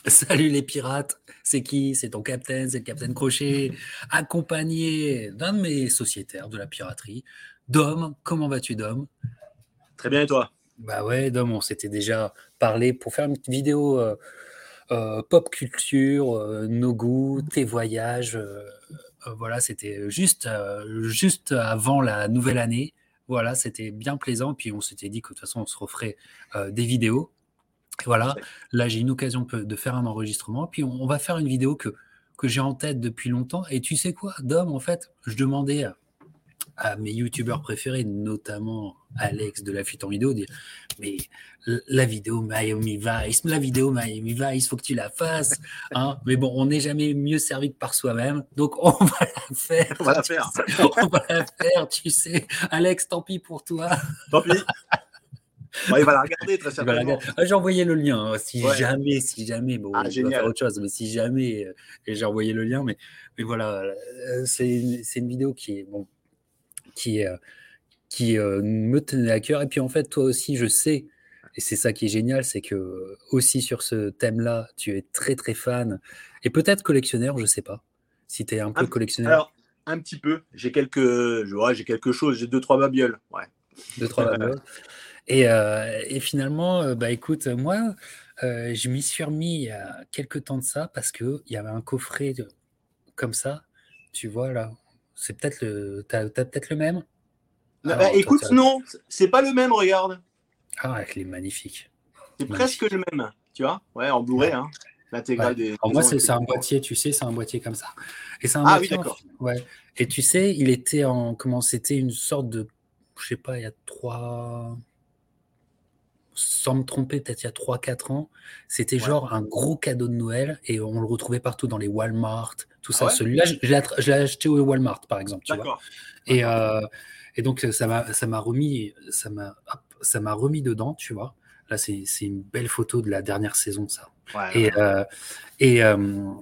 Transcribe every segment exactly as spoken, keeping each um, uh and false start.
Salut les pirates, c'est qui? C'est ton capitaine, c'est le capitaine Crochet, accompagné d'un de mes sociétaires de la piraterie. Dom, comment vas-tu, Dom? Très bien, et toi? Bah ouais, Dom, on s'était déjà parlé pour faire une petite vidéo euh, euh, pop culture, euh, nos goûts, tes voyages. euh, euh, voilà, c'était juste, euh, juste avant la nouvelle année. Voilà, c'était bien plaisant. Puis on s'était dit que de toute façon, on se referait euh, des vidéos. Et voilà, là j'ai une occasion de de faire un enregistrement, puis on, on va faire une vidéo que, que j'ai en tête depuis longtemps. Et tu sais quoi, Dom, en fait, je demandais à, à mes youtubeurs préférés, notamment Alex de la fuite en vidéo, de dire, mais la vidéo Miami Vice, la vidéo Miami Vice, faut que tu la fasses. Hein. Mais bon, on n'est jamais mieux servi que par soi-même, donc on va la faire. On va la Tu faire. sais, on va la faire, tu sais. Alex, tant pis pour toi. Tant pis. Bon, il va la regarder, très Il va la certainement. ah, j'ai envoyé le lien, hein, si Ouais. jamais, si jamais, bon, Ah, il doit faire génial. autre chose, mais si jamais, euh, et j'ai envoyé le lien, mais, mais voilà, euh, c'est une, c'est une vidéo qui est, bon, qui est, euh, qui euh, me tenait à cœur. Et puis en fait, toi aussi, je sais, et c'est ça qui est génial, c'est que euh, aussi sur ce thème-là, tu es très très fan, et peut-être collectionneur, je sais pas, si tu es un Un peu petit- collectionneur, Alors, un petit peu. J'ai quelques, je- ouais, j'ai quelque chose. J'ai deux, trois babioles. Ouais. deux, trois babioles. Et, euh, et finalement, euh, bah écoute, moi, euh, je m'y suis remis il y a quelques temps de ça parce que il y avait un coffret de- comme ça, tu vois là. C'est peut-être le, t'as, t'as peut-être le même. Non, bah, Alors toi, écoute, t'as- non, c'est pas le même, regarde. ah, il est magnifique, C'est presque magnifique. le même. Tu vois? Ouais, en Blu-ray, Ouais, hein. ouais. L'intégrale des Alors moi, saisons c'est était c'est un dedans. boîtier, tu sais, c'est un boîtier comme ça. Et c'est un Ah oui, boîtier en, d'accord. ouais. Et tu sais, il était en, comment c'était une sorte de, je sais pas, il y a trois. Sans me tromper, peut-être il y a trois quatre ans, c'était Ouais. genre un gros cadeau de Noël et on le retrouvait partout dans les Walmart, tout Ah ça. ouais? Celui-là, je, je l'ai attra- je l'ai acheté au Walmart, par exemple, tu vois. D'accord. Et, D'accord. euh, et donc, ça m'a, ça m'a remis, ça m'a, hop, ça m'a remis dedans, tu vois. Là, c'est, c'est une belle photo de la dernière saison, ça. Ouais, Et, ouais. euh, et, euh,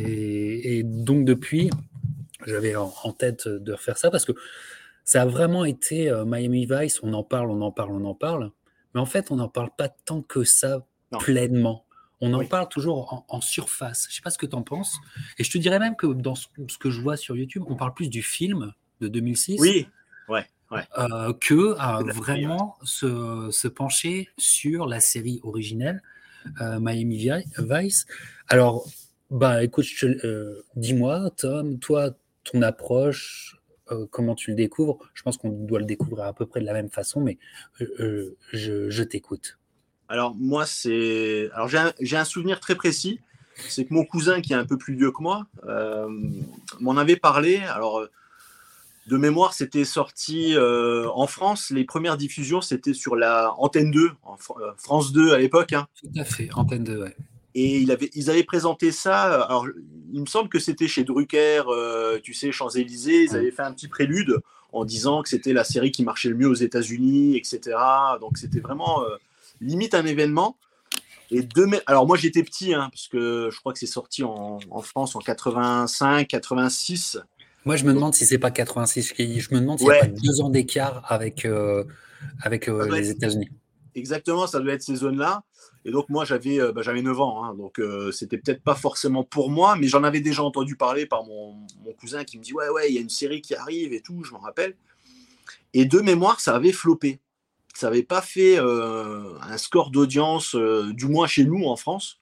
et, et donc, depuis, j'avais en, en tête de refaire ça parce que ça a vraiment été euh, Miami Vice, on en parle, on en parle, on en parle, mais en fait, on n'en parle pas tant que ça Non. pleinement. On en Oui. parle toujours en, en surface. Je sais pas ce que tu en penses. Et je te dirais même que dans ce, ce que je vois sur YouTube, on parle plus du film de deux mille six Oui. Ouais. Ouais. euh, que à C'est de la série, ouais. vraiment se, se pencher sur la série originelle euh, Miami Vi- Vice. Alors, bah écoute, je te- euh, dis-moi, Tom, toi, ton approche, euh, comment tu le découvres? Je pense qu'on doit le découvrir à peu près de la même façon, mais euh, euh, je, je t'écoute. Alors moi, c'est. Alors j'ai un, j'ai un souvenir très précis. C'est que mon cousin, qui est un peu plus vieux que moi, euh, m'en avait parlé. Alors euh, de mémoire, c'était sorti euh, en France. Les premières diffusions, c'était sur la Antenne deux, en Fr- euh, France deux à l'époque, hein. Tout à fait, Antenne deux, ouais. Et il avait, ils avaient présenté ça. Alors il me semble que c'était chez Drucker, euh, tu sais, Champs-Élysées. Ils Mm. avaient fait un petit prélude en disant que c'était la série qui marchait le mieux aux États-Unis, et cetera. Donc c'était vraiment euh, limite un événement. Et deux mai- Alors moi j'étais petit, hein, parce que je crois que c'est sorti en, en France en quatre-vingt-cinq, quatre-vingt-six. Moi, je me Donc demande si c'est pas quatre-vingt-six. Je me demande s'il n'y a pas ouais, deux ans d'écart avec, euh, avec ça euh, doit les être États-Unis. exactement, ça doit être ces zones-là. Et donc moi j'avais euh, bah, j'avais neuf ans, hein, donc euh, c'était peut-être pas forcément pour moi, mais j'en avais déjà entendu parler par mon, mon cousin qui me dit ouais ouais il y a une série qui arrive et tout, je m'en rappelle. Et de mémoire ça avait floppé, ça avait pas fait euh, un score d'audience, euh, du moins chez nous en France.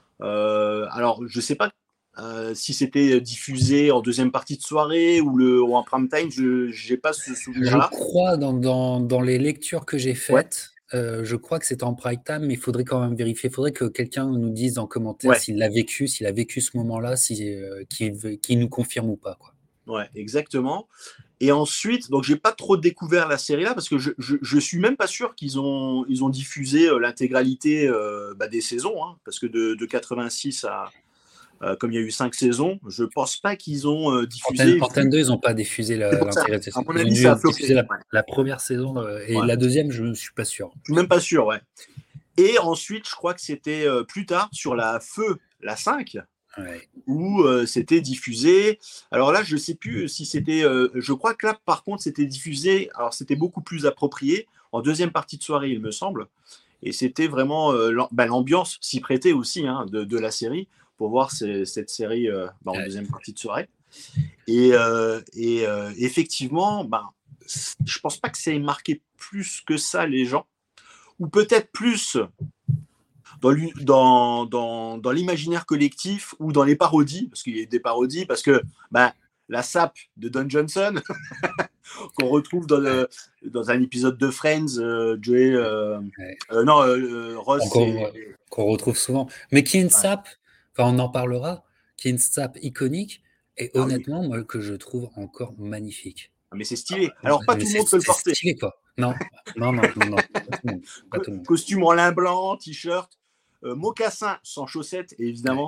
Euh, alors, je sais pas euh, si c'était diffusé en deuxième partie de soirée ou, le, ou en prime time, je n'ai pas ce Je souvenir-là. crois, dans, dans, dans les lectures que j'ai Ouais, faites, euh, je crois que c'était en prime time, mais il faudrait quand même vérifier. Il faudrait que quelqu'un nous dise en commentaire ouais, s'il l'a vécu, s'il a vécu ce moment-là, si, euh, qu'il qu'il nous confirme ou pas, quoi. ouais, exactement. Et ensuite, donc j'ai pas trop découvert la série là parce que je, je, je suis même pas sûr qu'ils ont, ils ont diffusé euh, l'intégralité euh, bah, des saisons, hein, parce que de, de quatre-vingt-six à, euh, comme il y a eu cinq saisons, je pense pas qu'ils ont euh, Antenne, diffusé. Antenne deux, ils n'ont pas diffusé C'est la- pour ça. l'intégralité. À mon Ils ont avis, ça dû a diffuser floppé. la, Ouais, la première saison euh, et ouais. la deuxième, je ne suis pas sûr. Je suis même pas sûr, ouais. Et ensuite, je crois que c'était euh, plus tard sur la Feu, la cinq, Ouais. où euh, c'était diffusé. Alors là, je sais plus si c'était. Euh, je crois que là, par contre, c'était diffusé. Alors c'était beaucoup plus approprié en deuxième partie de soirée, il me semble. Et c'était vraiment euh, l'am- bah, l'ambiance s'y prêtait aussi hein, de, de la série pour voir ces- cette série euh, bah, en Ouais. deuxième partie de soirée. Et, euh, et euh, effectivement, bah, c- je pense pas que ça ait marqué plus que ça les gens, ou peut-être plus dans, l'u- dans, dans, dans l'imaginaire collectif ou dans les parodies, parce qu'il y a des parodies, parce que bah, la sape de Don Johnson, qu'on retrouve dans, Ouais, le- dans un épisode de Friends, euh, Joey, euh, ouais. euh, non, euh, Ross Qu'on et. qu'on retrouve souvent. Mais qui est une Ouais. sape, enfin on en parlera, qui est une sape iconique et Ah oui, honnêtement, moi, que je trouve encore magnifique. mais c'est stylé. Alors, pas Mais tout le c'est monde peut le c'est porter. stylé, quoi. Non, non, non, non, non, pas tout le monde. Pas Co- tout le monde. costume en lin blanc, t-shirt, euh, mocassin sans chaussettes, Ouais, évidemment.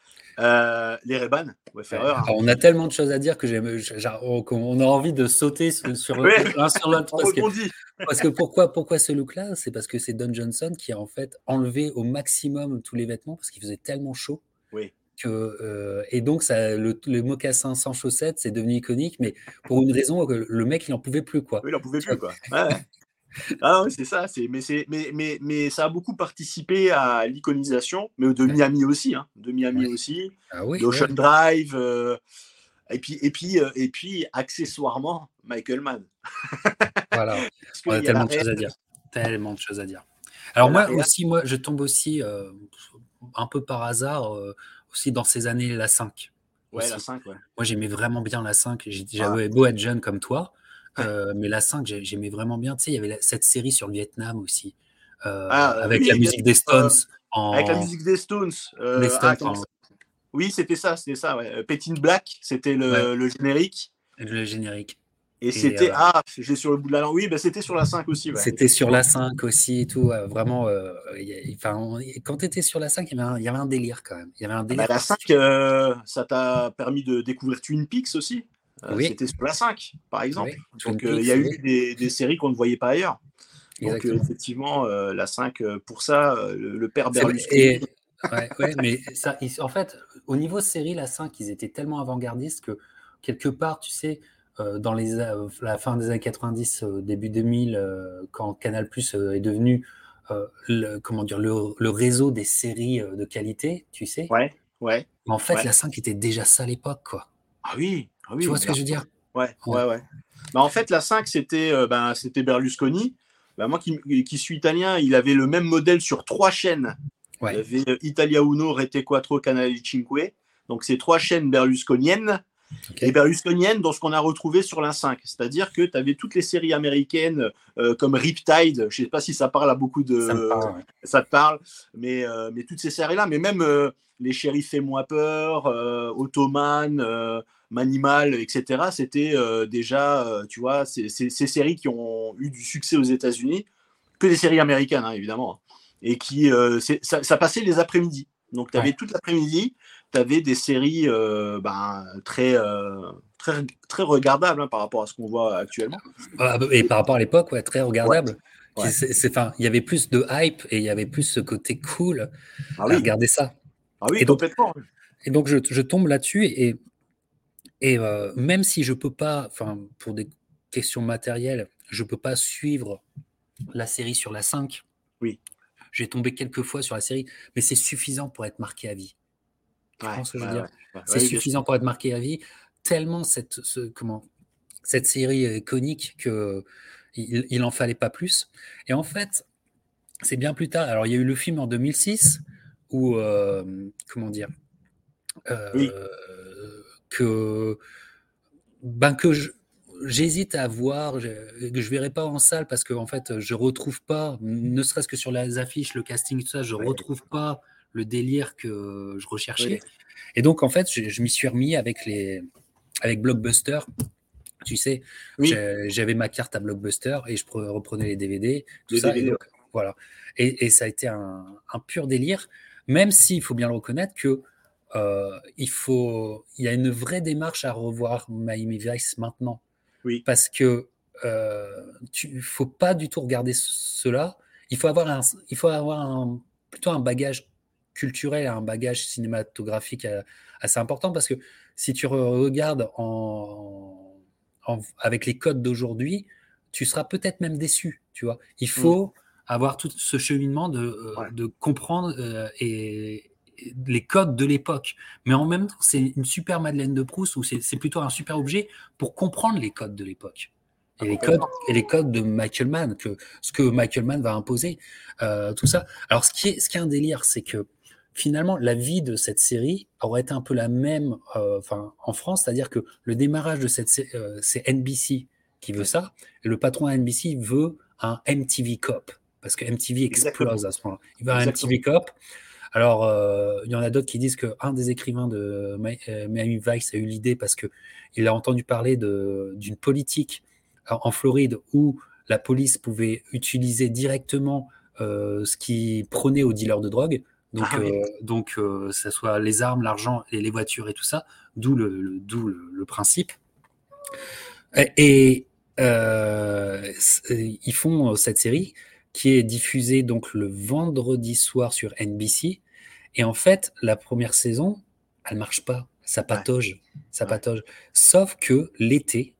Euh, les Ray-Ban, ouais. Wayfarer. Hein. Alors, on a tellement de choses à dire que j'aime, j'a- on on a envie de sauter sur, sur Ouais, l'un sur l'autre on parce que, rebondit. parce que pourquoi, pourquoi ce look-là? C'est parce que c'est Don Johnson qui a en fait enlevé au maximum tous les vêtements parce qu'il faisait tellement chaud. Oui, Que, euh, et donc, ça, le, le mocassin sans chaussettes, c'est devenu iconique, mais pour une raison que le mec, il n'en pouvait plus, quoi. oui, il n'en pouvait Tu plus, vois. quoi. Ouais, ouais. Ah, ouais, c'est ça. C'est, mais, c'est, mais, mais, mais ça a beaucoup participé à l'iconisation, mais de Ouais. Miami aussi. Hein, de Miami Ouais. aussi, Ah oui, d'Ocean ouais. Drive. euh, et, puis, et, puis, euh, et puis, accessoirement, Michael Mann. Voilà. Parce On qu'il a y a la tellement de réelle, choses à dire. Tellement de choses à dire. il y Alors a la moi réelle. aussi, moi, je tombe aussi, euh, un peu par hasard, euh, aussi dans ces années, la cinq Ouais, la aussi. cinq, ouais. Moi, j'aimais vraiment bien la cinq. J'ai- Ah, J'avais beau être jeune comme toi, euh, mais la cinq, j'ai- j'aimais vraiment bien. Tu sais, il y avait la- cette série sur le Vietnam aussi, euh, ah, euh, avec la oui, bien musique des sûr. Stones euh, avec la en, musique des Stones. des Euh, ah, Stones comment en, ça- Oui, c'était ça, c'était ça. Ouais. Petin Black, c'était ouais, le, le générique. le générique. Et Et c'était. euh, Ah, j'ai sur le bout de la langue. Oui, bah, c'était sur la cinq aussi, ouais, c'était sur effectivement. la cinq aussi et tout. euh, vraiment, euh, y a- enfin, on- quand tu étais sur la cinq, il y avait un, il y avait un délire quand même. Il y avait un Ah bah, délire la cinq, particulier. euh, ça t'a permis de découvrir Twin Peaks aussi. Euh, Oui, c'était sur la cinq, par exemple. oui, Twin Donc, euh, il y Peaks, a eu oui, des, des séries qu'on ne voyait pas ailleurs. Donc, euh, exactement. effectivement, euh, la cinq, euh, pour ça, euh, le, le père C'est- Berlusconi. Et, ouais, ouais, mais ça, ils- en fait, au niveau série, la cinq, ils étaient tellement avant-gardistes que quelque part, tu sais, euh, dans les, a- la fin des années quatre-vingt-dix, euh, début deux mille, euh, quand Canal+ euh, est devenu euh, le, comment dire, le, le réseau des séries euh, de qualité, tu sais, Ouais, ouais, en fait, ouais. la cinq était déjà ça à l'époque, quoi. Ah oui, ah Tu oui, vois ce mais que là, je veux dire? ouais, Ouais. ouais, ouais. Bah, en fait, la cinq, c'était euh, ben, c'était Berlusconi. Bah, moi qui, qui suis italien, il avait le même modèle sur trois chaînes. Il y Ouais. avait euh, Italia Uno, Rete Quattro, Canale Cinque. Donc, c'est trois chaînes berlusconiennes. Ok. Et berlusconienne dans ce qu'on a retrouvé sur la cinq. C'est-à-dire que tu avais toutes les séries américaines euh, comme Riptide, je ne sais pas si ça parle à beaucoup Ça me de. parle. Ouais. Ça te parle, mais, euh, mais toutes ces séries-là, mais même euh, les Shérifs Fais-moi peur, euh, Ottoman, euh, Manimal, et cetera, c'était euh, déjà, euh, tu vois, ces, ces, ces séries qui ont eu du succès aux États-Unis, que des séries américaines, hein, évidemment, et qui, euh, c'est- ça, ça passait les après-midi. Donc, tu avais Ouais. toute l'après-midi, tu avais des séries euh, ben, très, euh, très, très regardables hein, par rapport à ce qu'on voit actuellement. Ah, et par rapport à l'époque, ouais, très Ouais, regardable. Qui- ouais. c'est- c'est- enfin, il y avait plus de hype et il y avait plus ce côté cool Ah à oui, regarder ça. ah oui, Et donc, complètement. et donc je, je tombe là-dessus et, et euh, même si je peux pas, enfin, pour des questions matérielles, je peux pas suivre la série sur la cinq. Oui, J'ai tombé quelques fois sur la série, mais c'est suffisant pour être marqué à vie. Tu ouais, comprends ce que je veux ouais, dire? ouais, ouais, C'est ouais, bien sûr. suffisant pour être marqué à vie, tellement cette, ce, comment, cette série est iconique que il, il en fallait pas plus. Et en fait, c'est bien plus tard. Alors, il y a eu le film en deux mille six où, euh, comment dire, Oui, euh, que, ben que je- j'hésite à voir, je, que je verrai pas en salle parce que en fait, je retrouve pas, ne serait-ce que sur les affiches, le casting, tout ça, je ouais, retrouve pas le délire que je oui, recherchais. Et donc, en fait, je, je m'y suis remis avec les, avec Blockbuster. Tu sais, oui, j'ai- j'avais ma carte à Blockbuster et je pre- reprenais les D V D, tout les ça. Et D V D. Ouais. donc, voilà. Et, et ça a été un, un pur délire, même s'il faut bien le reconnaître que euh, il faut, il y a une vraie démarche à revoir Miami Vice maintenant, Oui, parce que euh, tu faut pas du tout regarder cela. Il faut avoir un, il faut avoir un, plutôt un bagage culturel, un bagage cinématographique euh, assez important, parce que si tu re- regardes en, en- avec les codes d'aujourd'hui, tu seras peut-être même déçu. Tu vois, il mm, faut avoir tout ce cheminement de, euh, Ouais. de comprendre euh, et, et les codes de l'époque. Mais en même temps, c'est une super Madeleine de Proust ou c'est c'est plutôt un super objet pour comprendre les codes de l'époque. Ah, Et les codes, complètement. et les codes de Michael Mann, que, ce que Michael Mann va imposer, euh, tout ça. Alors, ce qui est, ce qui est un délire, c'est que finalement, la vie de cette série aurait été un peu la même euh, enfin, en France, c'est-à-dire que le démarrage de cette série, euh, c'est N B C qui veut Ouais. ça, et le patron de N B C veut un M T V Cop, parce que M T V Exactement. explose à ce moment-là. Il veut un Exactement. M T V Cop. Alors, euh, il y en a d'autres qui disent qu'un des écrivains de Miami Vice a eu l'idée parce qu'il a entendu parler de, d'une politique en Floride où la police pouvait utiliser directement euh, ce qui prônait aux dealers de drogue. Donc, Ah euh, oui. donc euh, ça soit les armes, l'argent et les voitures et tout ça, d'où le, le, d'où le, le principe. Et, et euh, ils font cette série qui est diffusée donc le vendredi soir sur N B C. Et en fait, la première saison, elle marche pas. Ça Ouais. patauge. Ça Ouais. patauge. Sauf que l'été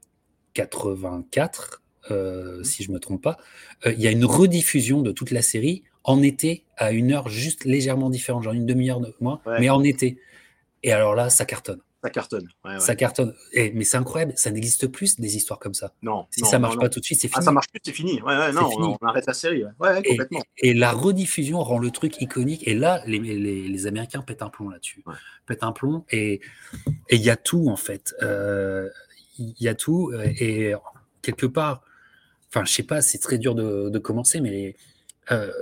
quatre-vingt-quatre, euh, si je me trompe pas, euh, il y a une rediffusion de toute la série en été à une heure juste légèrement différente, genre une demi-heure de moins, Ouais. mais en été. Et alors là, ça cartonne. Ça cartonne. Ouais, ouais. Ça cartonne. Et, mais c'est incroyable, ça n'existe plus des histoires comme ça. Non, Si non, ça non, marche non. pas tout de suite, c'est Ah, ça fini. marche plus, c'est fini. Ouais, ouais, C'est non, on, fini. on arrête la série. Ouais, ouais, ouais, Et, complètement. et, la rediffusion rend le truc iconique. Et là, les, les, les Américains pètent un plomb là-dessus. Ouais. Pètent un plomb. Et il y a tout, en fait. Il euh, y a tout. Et quelque part, enfin, je sais pas, c'est très dur de, de commencer, mais euh,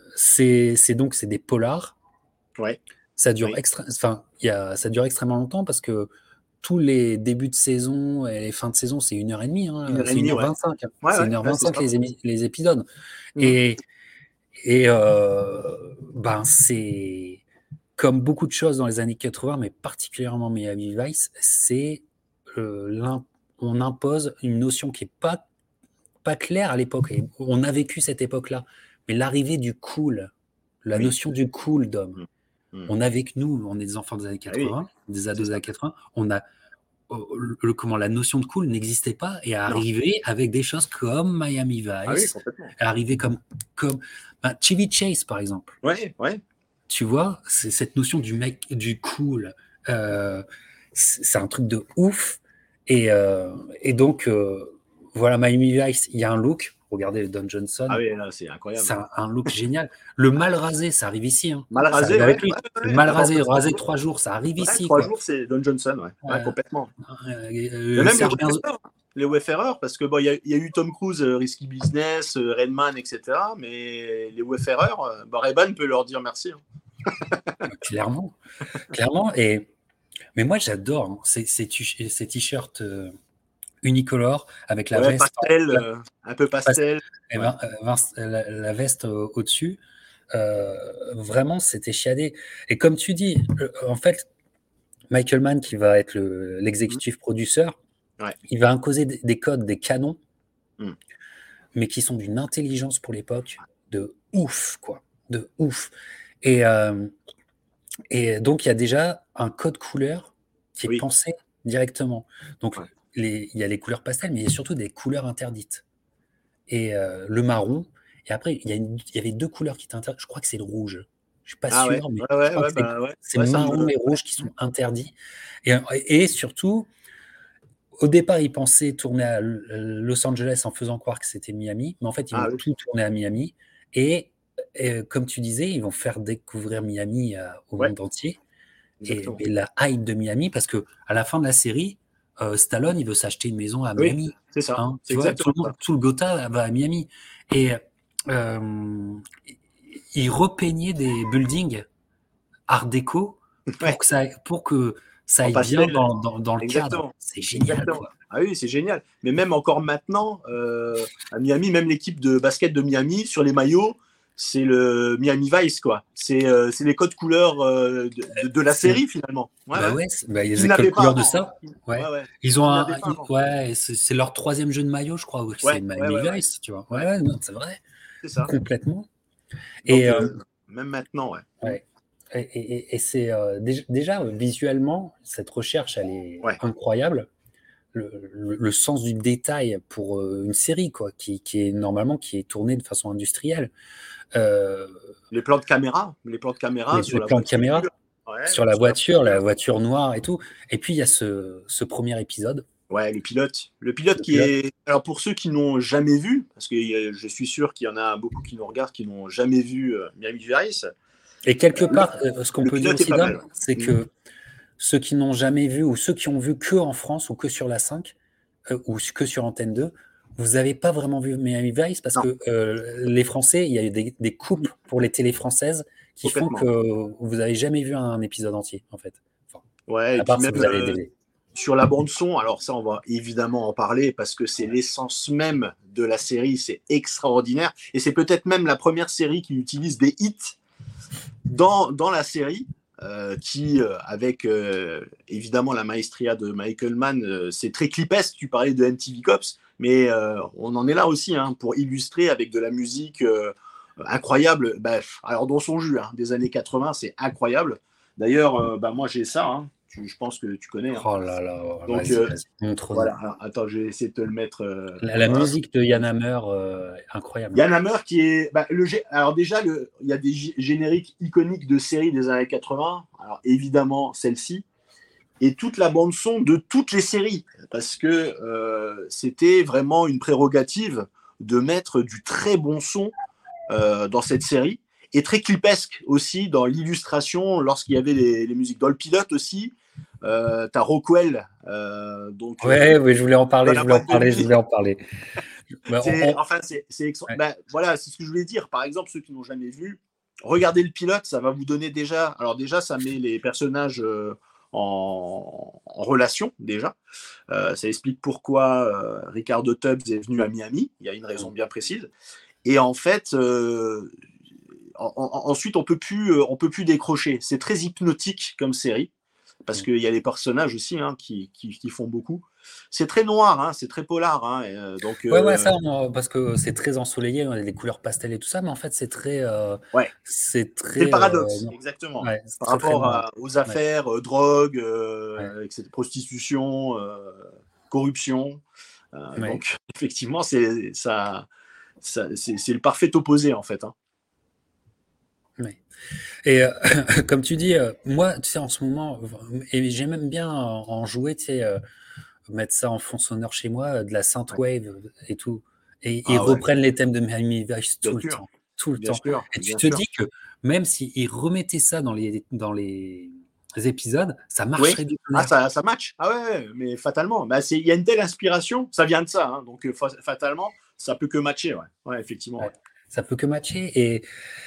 c'est donc c'est des polars. Ouais. Ça dure, Oui. extra, enfin, y a, ça dure extrêmement longtemps parce que tous les débuts de saison et les fins de saison, c'est une heure et demie. Une Hein, heure et c'est une demie, heure ouais. vingt-cinq. Ouais, C'est ouais, une heure ouais, c'est vingt-cinq ça. les, les épisodes. Mhm. Et, et euh, ben, c'est comme beaucoup de choses dans les années quatre-vingts, mais particulièrement Miami Vice, c'est euh, on impose une notion qui est pas pas claire à l'époque. Et on a vécu cette époque-là, mais l'arrivée du cool, la Oui. notion du cool d'homme. Mhm. Mhm. On a avec nous, on est des enfants des années Ah oui, quatre-vingts, des c'est ados des ça. années quatre-vingts. On a le, le, comment la notion de cool n'existait pas et est Non. arrivée avec des choses comme Miami Ah oui, Vice, complètement. est arrivé comme comme ben, Chevy Chase par exemple. Ouais, ouais. Tu vois, c'est cette notion du mec, du cool. Euh, c'est un truc de ouf. Et, euh, et donc, euh, voilà, Miami Vice, il y a un look. Regardez Don Ah Johnson. oui, là, c'est C'est incroyable. un, un look génial. Le mal rasé, ça arrive ici. Hein. Mal Ça rasé, arrive ouais. avec lui. Ouais, ouais, Le ouais. mal La porte rasé, de trois rasé jours. trois jours, ça arrive Ouais, ici. trois Quoi. jours, c'est Don Johnson, ouais. Ouais, Euh, complètement. euh, Mais euh, même les Serge Gainsbourg. Wayfarers, les Wayfarers, parce que bon, il y, y, a eu Tom Cruise, euh, Risky Business, euh, Redman, et cetera. Mais les Wayfarers, euh, bah, Ray-Ban peut leur dire merci. Hein. Clairement, clairement. Et mais moi, j'adore hein, ces, ces, ces t-shirts euh, unicolores avec la Ouais, veste, pastel, la, euh, un peu pastel. et Ouais. ben, euh, la, la, veste euh, au-dessus. Euh, vraiment, c'était chiadé. Et comme tu dis, euh, en fait, Michael Mann, qui va être l'exécutif le, producer, ouais. il va imposer des, des codes, des canons, mm. mais qui sont d'une intelligence pour l'époque de ouf, quoi, de ouf. Et, euh, et donc, il y a déjà un code couleur qui est oui. pensé directement. Donc, ouais. les, il y a les couleurs pastel, mais il y a surtout des couleurs interdites. Et euh, le marron. Et après, il y, a une, il y avait deux couleurs qui étaient interdites. Je crois que c'est le rouge. Je suis pas ah sûr, ouais. mais ouais, je ouais, crois ouais, que c'est, bah, ouais. c'est ouais, marron me... et rouge qui sont interdits. Et, et surtout, au départ, ils pensaient tourner à Los Angeles en faisant croire que c'était Miami, mais en fait, ils ah, vont oui. tout tourner à Miami. Et, et comme tu disais, ils vont faire découvrir Miami à, au ouais. monde entier. Et, Exactement. et la hype de Miami, parce que à la fin de la série, euh, Stallone, il veut s'acheter une maison à Oui, Miami. c'est ça. Hein, C'est tu vois, tout exactement le monde, ça. tout le Gotha va à Miami. Et euh, il repeignait des buildings art déco pour ouais. que ça, pour que ça En aille bien pastel. dans, dans, dans le cadre. Exactement. C'est génial, Exactement. quoi. Ah oui, c'est génial. Mais même encore maintenant, euh, à Miami, même l'équipe de basket de Miami, sur les maillots, c'est le Miami Vice, quoi. C'est euh, les codes couleurs euh, de, de, de, la série, finalement. Ouais, bah ouais. ouais, bah, il y a Ils des codes n'avaient pas couleurs de avant. ça. Hein. Ouais. Ouais, ouais. Ils ont Ils un, n'avaient pas avant. ouais, c'est leur troisième jeu de maillot, je crois. C'est Ouais, ouais, Miami ouais, ouais. Vice, tu vois. Ouais, ouais. ouais non, c'est vrai. C'est ça. Complètement. Donc, Et, euh, euh, même maintenant, ouais. ouais. Et, et, et c'est euh, déjà, déjà visuellement, cette recherche, elle est ouais. incroyable. le, le, le sens du détail pour euh, une série, quoi, qui, qui est normalement qui est tournée de façon industrielle. Euh, Les plans de caméra, les plans de caméra les, sur les la plans de voiture. caméra Ouais, sur la sur la voiture, la voiture. voiture noire et tout. Et puis il y a ce, ce premier épisode. Ouais, le pilote. Le pilote Le qui pilote. est. Alors, pour ceux qui n'ont jamais vu, parce que euh, je suis sûr qu'il y en a beaucoup qui nous regardent qui n'ont jamais vu euh, Miami Vice. Et quelque part, euh, ce qu'on Le peut dire pilote est aussi, pas Dom, mal. c'est Mmh. que ceux qui n'ont jamais vu ou ceux qui ont vu que en France ou que sur la cinq euh, ou que sur Antenne deux, vous n'avez pas vraiment vu Miami Vice parce Non, que euh, les Français, il y a eu des, des coupes pour les télés françaises qui font que complètement. vous n'avez jamais vu un épisode entier, en fait. Enfin, Ouais, et à puis part si même vous avez les euh, D V D. sur la bande son, alors ça, on va évidemment en parler parce que c'est l'essence même de la série, c'est extraordinaire. Et c'est peut-être même la première série qui utilise des hits dans, dans la série, euh, qui, euh, avec euh, évidemment la maestria de Michael Mann, euh, c'est très clipesque. Tu parlais de M T V Cops, mais euh, on en est là aussi hein, pour illustrer avec de la musique euh, incroyable. Bah, alors, dans son jus, hein, des années quatre-vingts, c'est incroyable. D'ailleurs, euh, bah, moi j'ai ça, hein, tu, je pense que tu connais. Hein. Oh là là, Donc, vas-y, euh, vas-y, montre-nous. voilà, alors, attends, je vais essayer de te le mettre. Euh, La, la voilà. musique de Yann Hammer, euh, incroyable. Yann Hammer qui est. Bah, le, alors, déjà, le, il y a des génériques iconiques de séries des années quatre-vingts. Alors, évidemment, celle-ci. Et toute la bande-son de toutes les séries. Parce que euh, c'était vraiment une prérogative de mettre du très bon son euh, dans cette série. Et très clipesque aussi dans l'illustration lorsqu'il y avait les, les musiques. Dans le pilote aussi, euh, t'as Rockwell. Euh, donc, Ouais, euh, oui, je voulais en dans parler, je la voulais en boîte de parler, je nuit. voulais en parler. Mais on- C'est, on- enfin, c'est, c'est extra- ouais. ben, voilà, c'est ce que je voulais dire. Par exemple, ceux qui n'ont jamais vu, regardez le pilote, ça va vous donner déjà. Alors déjà, ça met les personnages euh, en, en relation déjà. Euh, ça explique pourquoi euh, Ricardo Tubbs est venu à Miami. Il y a une raison bien précise. Et en fait, euh, en- en- ensuite, on peut plus, euh, on peut plus décrocher. C'est très hypnotique comme série parce qu'il y a les personnages aussi hein, qui, qui, qui font beaucoup. C'est très noir, hein, c'est très polar. Hein, et, euh, donc, Ouais, ouais, euh, ça, on- parce que c'est très ensoleillé, on a des couleurs pastel et tout ça, mais en fait, c'est très, euh, ouais. c'est C'est le très, euh, paradoxe, non. exactement. Ouais, c'est Par très, très rapport noir. à- aux Ouais, affaires, euh, drogue, ouais, euh, et cetera, prostitution, euh, corruption. Euh, ouais, donc, effectivement, c'est ça, ça- c'est c'est le parfait opposé, en fait. Hein. ouais. Et euh, comme tu dis, euh, moi, tu sais, en ce moment, et j'aime même bien en, en jouer, tu sais, euh, mettre ça en fond sonore chez moi, de la Ouais. synthwave et tout. Et ils Ah ouais, reprennent les thèmes de Miami Vice bien tout le sûr, temps, tout le bien temps. sûr, Et tu bien te sûr. dis que même s'ils remettaient ça dans les, dans les épisodes, ça Oui. marcherait du Ah, tonnerre. ça, ça match. Ah ouais, ouais, mais fatalement. Bah, c'est- il y a une telle inspiration, ça vient de ça. Hein, donc, euh, fa- fatalement, ça peut que matcher. Ouais, ouais effectivement. Ouais. Ouais. Ça peut que matcher. Et,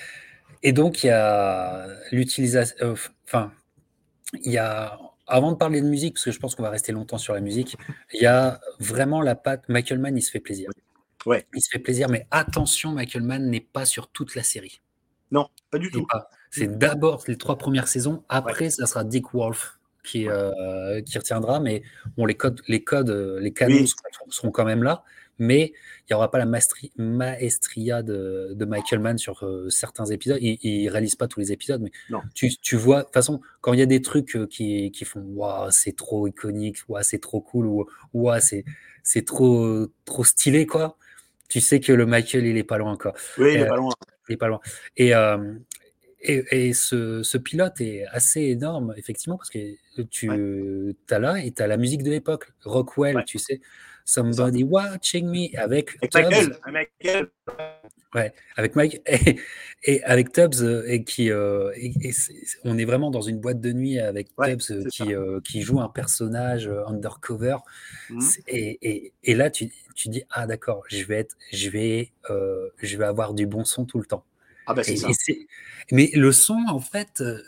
et donc, il y a l'utilisation. euh, Enfin, il y a. Avant de parler de musique, parce que je pense qu'on va rester longtemps sur la musique, il y a vraiment la patte. Michael Mann, il se fait plaisir. Ouais. Il se fait plaisir, mais attention, Michael Mann n'est pas sur toute la série. Non, pas du Il est tout. pas. C'est d'abord les trois premières saisons. Ouais, Après, ça sera Dick Wolf qui, ouais. euh, qui retiendra. Mais bon, les codes, les codes, euh, les canons Oui, seront, seront quand même là. Mais il n'y aura pas la maestri- maestria de, de Michael Mann sur euh, certains épisodes. Il ne réalise pas tous les épisodes, mais non. tu, tu vois, de toute façon, quand il y a des trucs euh, qui, qui font waouh, c'est trop iconique, waouh, c'est trop cool, ou waouh, c'est, c'est trop, trop stylé, quoi. Tu sais que le Michael, il est pas loin, quoi. Oui, il est Euh, pas loin. il est pas loin. Et, euh, et, et ce, ce pilote est assez énorme, effectivement, parce que Ouais, tu as là et tu as la musique de l'époque, Rockwell, ouais, tu sais, c'est ça. Somebody Watching Me, avec Avec Tubbs, Michael, avec Michael. ouais, avec Mike, et, et avec Tubbs, euh, et qui, euh, et, et c'est- on est vraiment dans une boîte de nuit avec Ouais, Tubbs euh, c'est ça. qui, euh, qui joue un personnage euh, undercover. Mhm. C'est- Et, et, et là, tu, tu dis, ah d'accord, je vais être, je vais, euh, je vais avoir du bon son tout le temps. Ah bah c'est Et, et ça. c'est, mais le son, en fait, euh,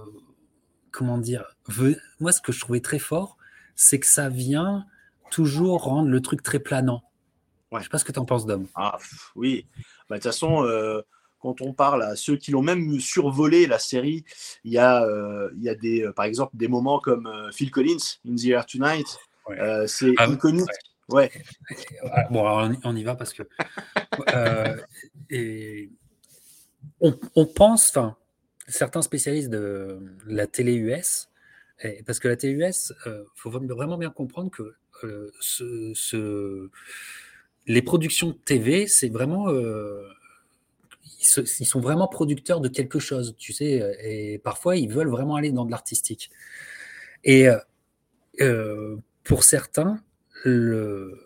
comment dire, veut, moi, ce que je trouvais très fort, c'est que ça vient toujours rendre le truc très planant. Je Ouais. sais pas ce que tu en penses, Dom. Ah pff, oui. Bah, de toute façon, euh, quand on parle à ceux qui l'ont même survolé la série, il y a, euh, il y a des, euh, par exemple, des moments comme euh, Phil Collins, In the Air Tonight. Ouais. Euh, c'est Ah, iconique. ouais. Ouais. Ah, bon, alors, on, on y va parce que euh, et on, on pense, enfin, certains spécialistes de la télé U S, et- parce que la télé U S, il faut vraiment bien comprendre que euh, ce, ce- les productions de T V, c'est vraiment, euh, ils, se- ils sont vraiment producteurs de quelque chose, tu sais, euh, et parfois ils veulent vraiment aller dans de l'artistique. Et euh, pour certains, le,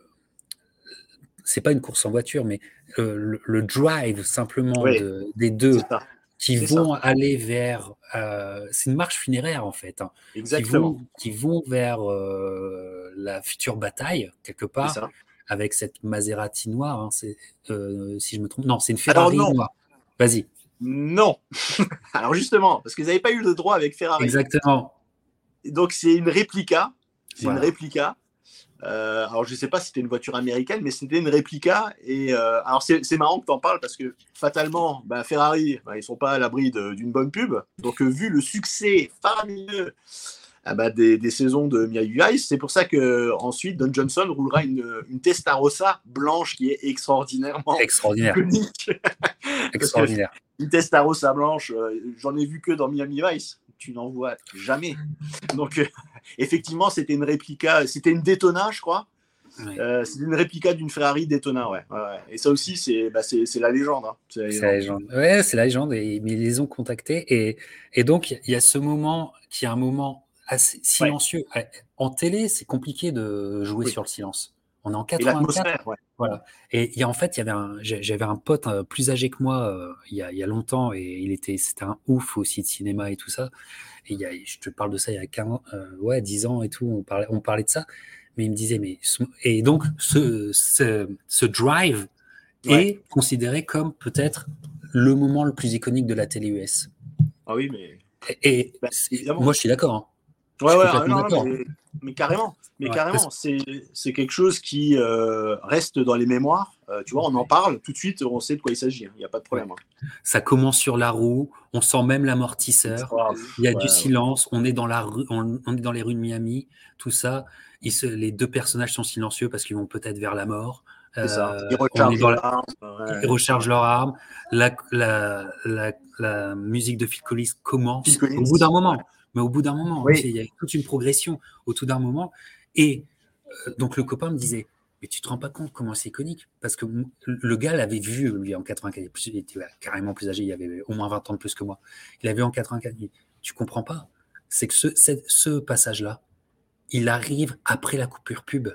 c'est pas une course en voiture, mais euh, le, le drive simplement Oui, de, des c'est deux ça. qui C'est ça. vont aller vers, euh, c'est une marche funéraire en fait, hein, qui vont, Exactement. qui vont vers euh, la future bataille quelque C'est part ça. avec cette Maserati noire, hein, c'est, euh, si je me trompe, non, c'est une Alors Ferrari non, noire. Vas-y, non. Alors justement, parce qu'ils n'avaient pas eu le droit avec Ferrari. exactement, Et donc c'est une réplica. C'est une voilà, réplica. Euh, alors je ne sais pas si c'était une voiture américaine, mais c'était une réplica. Et euh, alors c'est c'est marrant que tu en parles parce que fatalement, bah, Ferrari, bah, ils sont pas à l'abri de- d'une bonne pub. Donc euh, vu le succès faramineux ah bah, des, des saisons de Miami Vice, c'est pour ça que ensuite Don Johnson roulera une, une Testarossa blanche qui est extraordinairement extraordinaire, iconique. Parce que extraordinaire. une Testarossa blanche, euh, j'en ai vu que dans Miami Vice. Tu n'en vois jamais. Donc, euh, effectivement, c'était une réplica, c'était une Daytona, je crois. Ouais. Euh, c'était une réplica d'une Ferrari Daytona, ouais. ouais, ouais. Et ça aussi, c'est bah, c'est c'est la légende. Hein. C'est la C'est la légende. légende. Ouais, c'est la légende. Et, mais ils les ont contactés. Et, et donc, il y a ce moment qui est un moment assez Ouais, silencieux. En télé, c'est compliqué de jouer oui. sur le silence. On est en Et quatre-vingt-quatre. l'atmosphère, ouais. Voilà. Et il y a, en fait, il y avait un, j'avais un pote euh, plus âgé que moi euh, il, y a, il y a longtemps. Et il était, c'était un ouf aussi de cinéma et tout ça. Et il y a, je te parle de ça il y a quinze, euh, ouais, dix ans et tout. On parlait, on parlait de ça. Mais il me disait, mais. Et donc, ce, ce, ce drive Ouais. est considéré comme peut-être le moment le plus iconique de la télé U S. Ah oui, mais Et, bah, et évidemment. moi, je suis d'accord. Hein. Je Ouais, suis ouais, ah, complètement non, non, d'accord. mais, mais carrément, mais Ouais, parce- carrément, c'est c'est quelque chose qui euh, reste dans les mémoires. Euh, tu vois, on en parle tout de suite, on sait de quoi il s'agit. Il n'y a pas de ouais. problème. Hein. Ça commence sur la roue, on sent même l'amortisseur. Oh, Il y a ouais, du ouais. silence, on est dans la rue, on, on est dans les rues de Miami, tout ça. Ils se, les deux personnages sont silencieux parce qu'ils vont peut-être vers la mort. C'est ça. Euh, Ils on est rechargent dans la, l'arme. ils Ouais. rechargent leurs armes. La, la, la, la musique de Phil Collins Phil commence au bout d'un Collins. Ouais. moment. Mais au bout d'un moment, tu sais, Oui, il y a toute une progression au tout d'un moment. Et euh, donc le copain me disait, mais tu te rends pas compte comment c'est iconique? Parce que le gars l'avait vu, lui, en quatre-vingt-quatre, il était carrément plus âgé, il avait au moins vingt ans de plus que moi. Il l'avait vu en quatre-vingt-quatre. Il dit, tu comprends pas? C'est que ce, ce passage-là, il arrive après la coupure pub.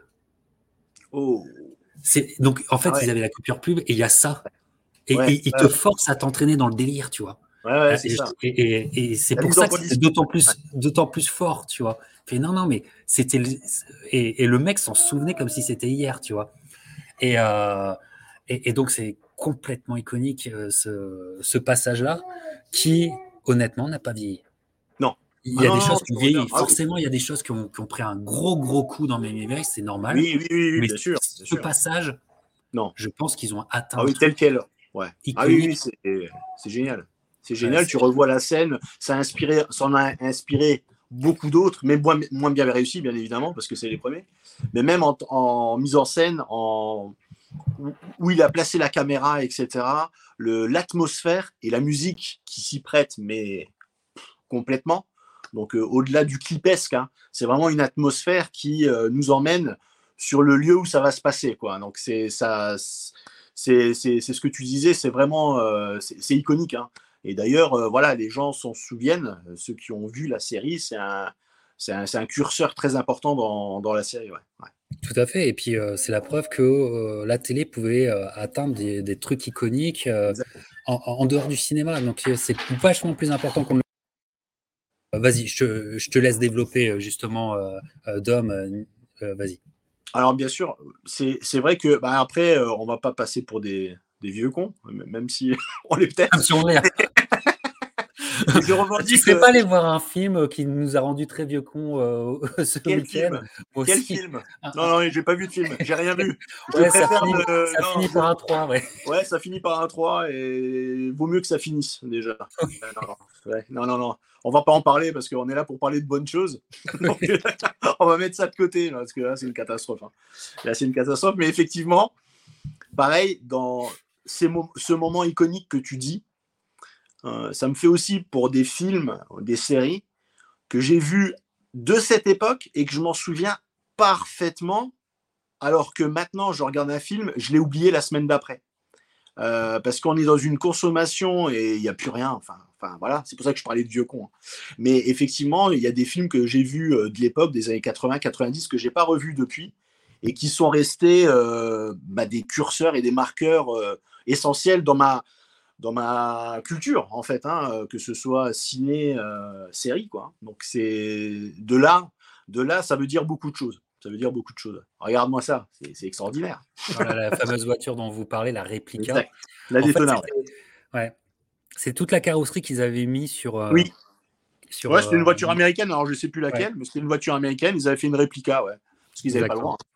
oh. C'est, donc, en Ah fait, ouais. ils avaient la coupure pub et il y a ça. Et, Ouais, et il ouais, te force à t'entraîner dans le délire, tu vois. ouais, ouais, Euh, c'est Et, ça. et, et, et c'est La pour mise en ça que c'était condition. d'autant Ouais. plus, d'autant plus fort, tu vois. Fait, non, non, mais c'était. Le- Et, et le mec s'en souvenait comme si c'était hier, tu vois. Et, euh, et, et donc, c'est complètement iconique, euh, ce, ce passage-là, qui, honnêtement, n'a pas vieilli. Non. Il Ah y a non, des non, non, choses je qui te ont rejoins. vieilli. Ah oui. Forcément, il y a des choses qui ont, qui ont pris un gros, gros coup dans mes Vice, c'est normal. Oui, oui, oui, oui, Mais bien sûr, bien ce sûr. passage, Non. je pense qu'ils ont atteint Ah un oui, tel truc quel. Ouais. Ah oui, oui, iconique. c'est c'est génial. C'est Euh, génial. c'est- Tu revois la scène. Ça a inspiré, ça en a inspiré beaucoup d'autres, mais moins, moins bien réussi, bien évidemment, parce que c'est les premiers. Mais même en, en mise en scène, en, où, où il a placé la caméra, et cetera. Le, l'atmosphère et la musique qui s'y prêtent, mais complètement. Donc, euh, au-delà du clipesque, hein, c'est vraiment une atmosphère qui euh, nous emmène sur le lieu où ça va se passer, quoi. Donc, c'est ça, c'est, c'est, c'est ce que tu disais, c'est vraiment, euh, c'est, c'est iconique, hein. Et d'ailleurs, euh, voilà, les gens s'en souviennent, euh, ceux qui ont vu la série, c'est un, c'est un, c'est un curseur très important dans, dans la série, ouais. Ouais. Tout à fait. Et puis, euh, c'est la preuve que euh, la télé pouvait euh, atteindre des, des trucs iconiques euh, Exact. en, en dehors du cinéma. Donc, euh, c'est vachement plus important qu'on le. Euh, Vas-y, je te, je te laisse développer euh, justement, euh, euh, Dom. euh, euh, vas-y. Alors, bien sûr, c'est, c'est vrai que, bah, après, euh, on va pas passer pour des, des vieux cons, même si on l'est Comme peut-être. si on est. Mais je Tu revendique. serais euh, pas allé voir un film qui nous a rendu très vieux cons euh, ce Quel week-end? film? Moi Quel aussi. film? Un- Non, un- non, j'ai pas vu de film. J'ai rien vu. Je Ouais, ça préfère finit, ne. ça Non, finit je- par un trois, ouais. ouais, ça finit par un trois et vaut mieux que ça finisse déjà. Ouais, non, non. Ouais, non, non, non. On va pas en parler parce qu'on est là pour parler de bonnes choses. Donc, on va mettre ça de côté là, parce que là, c'est une catastrophe. Hein. Là, c'est une catastrophe. Mais effectivement, pareil, dans ces mo- ce moment iconique que tu dis, euh, ça me fait aussi pour des films, des séries que j'ai vus de cette époque et que je m'en souviens parfaitement, alors que maintenant, je regarde un film, je l'ai oublié la semaine d'après. Euh, parce qu'on est dans une consommation et il n'y a plus rien. Enfin, enfin voilà, c'est pour ça que je parlais de vieux con. Hein. Mais effectivement, il y a des films que j'ai vus euh, de l'époque, des années quatre-vingts quatre-vingt-dix, que j'ai pas revus depuis et qui sont restés euh, bah, des curseurs et des marqueurs euh, essentiels dans ma, dans ma culture, en fait, hein, que ce soit ciné, euh, série, quoi. Donc c'est de là, de là, ça veut dire beaucoup de choses. Ça veut dire beaucoup de choses. Regarde-moi ça, c'est, c'est extraordinaire. Voilà, la fameuse voiture dont vous parlez, la réplica. Exact. La En fait, Daytona, ouais. c'était ouais, c'est toute la carrosserie qu'ils avaient mis sur, heu, Oui. sur, Ouais, c'était une heu, voiture américaine, alors je sais plus ouais, laquelle, mais c'était une voiture américaine, ils avaient fait une réplica, ouais. Parce qu'ils n'avaient pas le droit. exactement.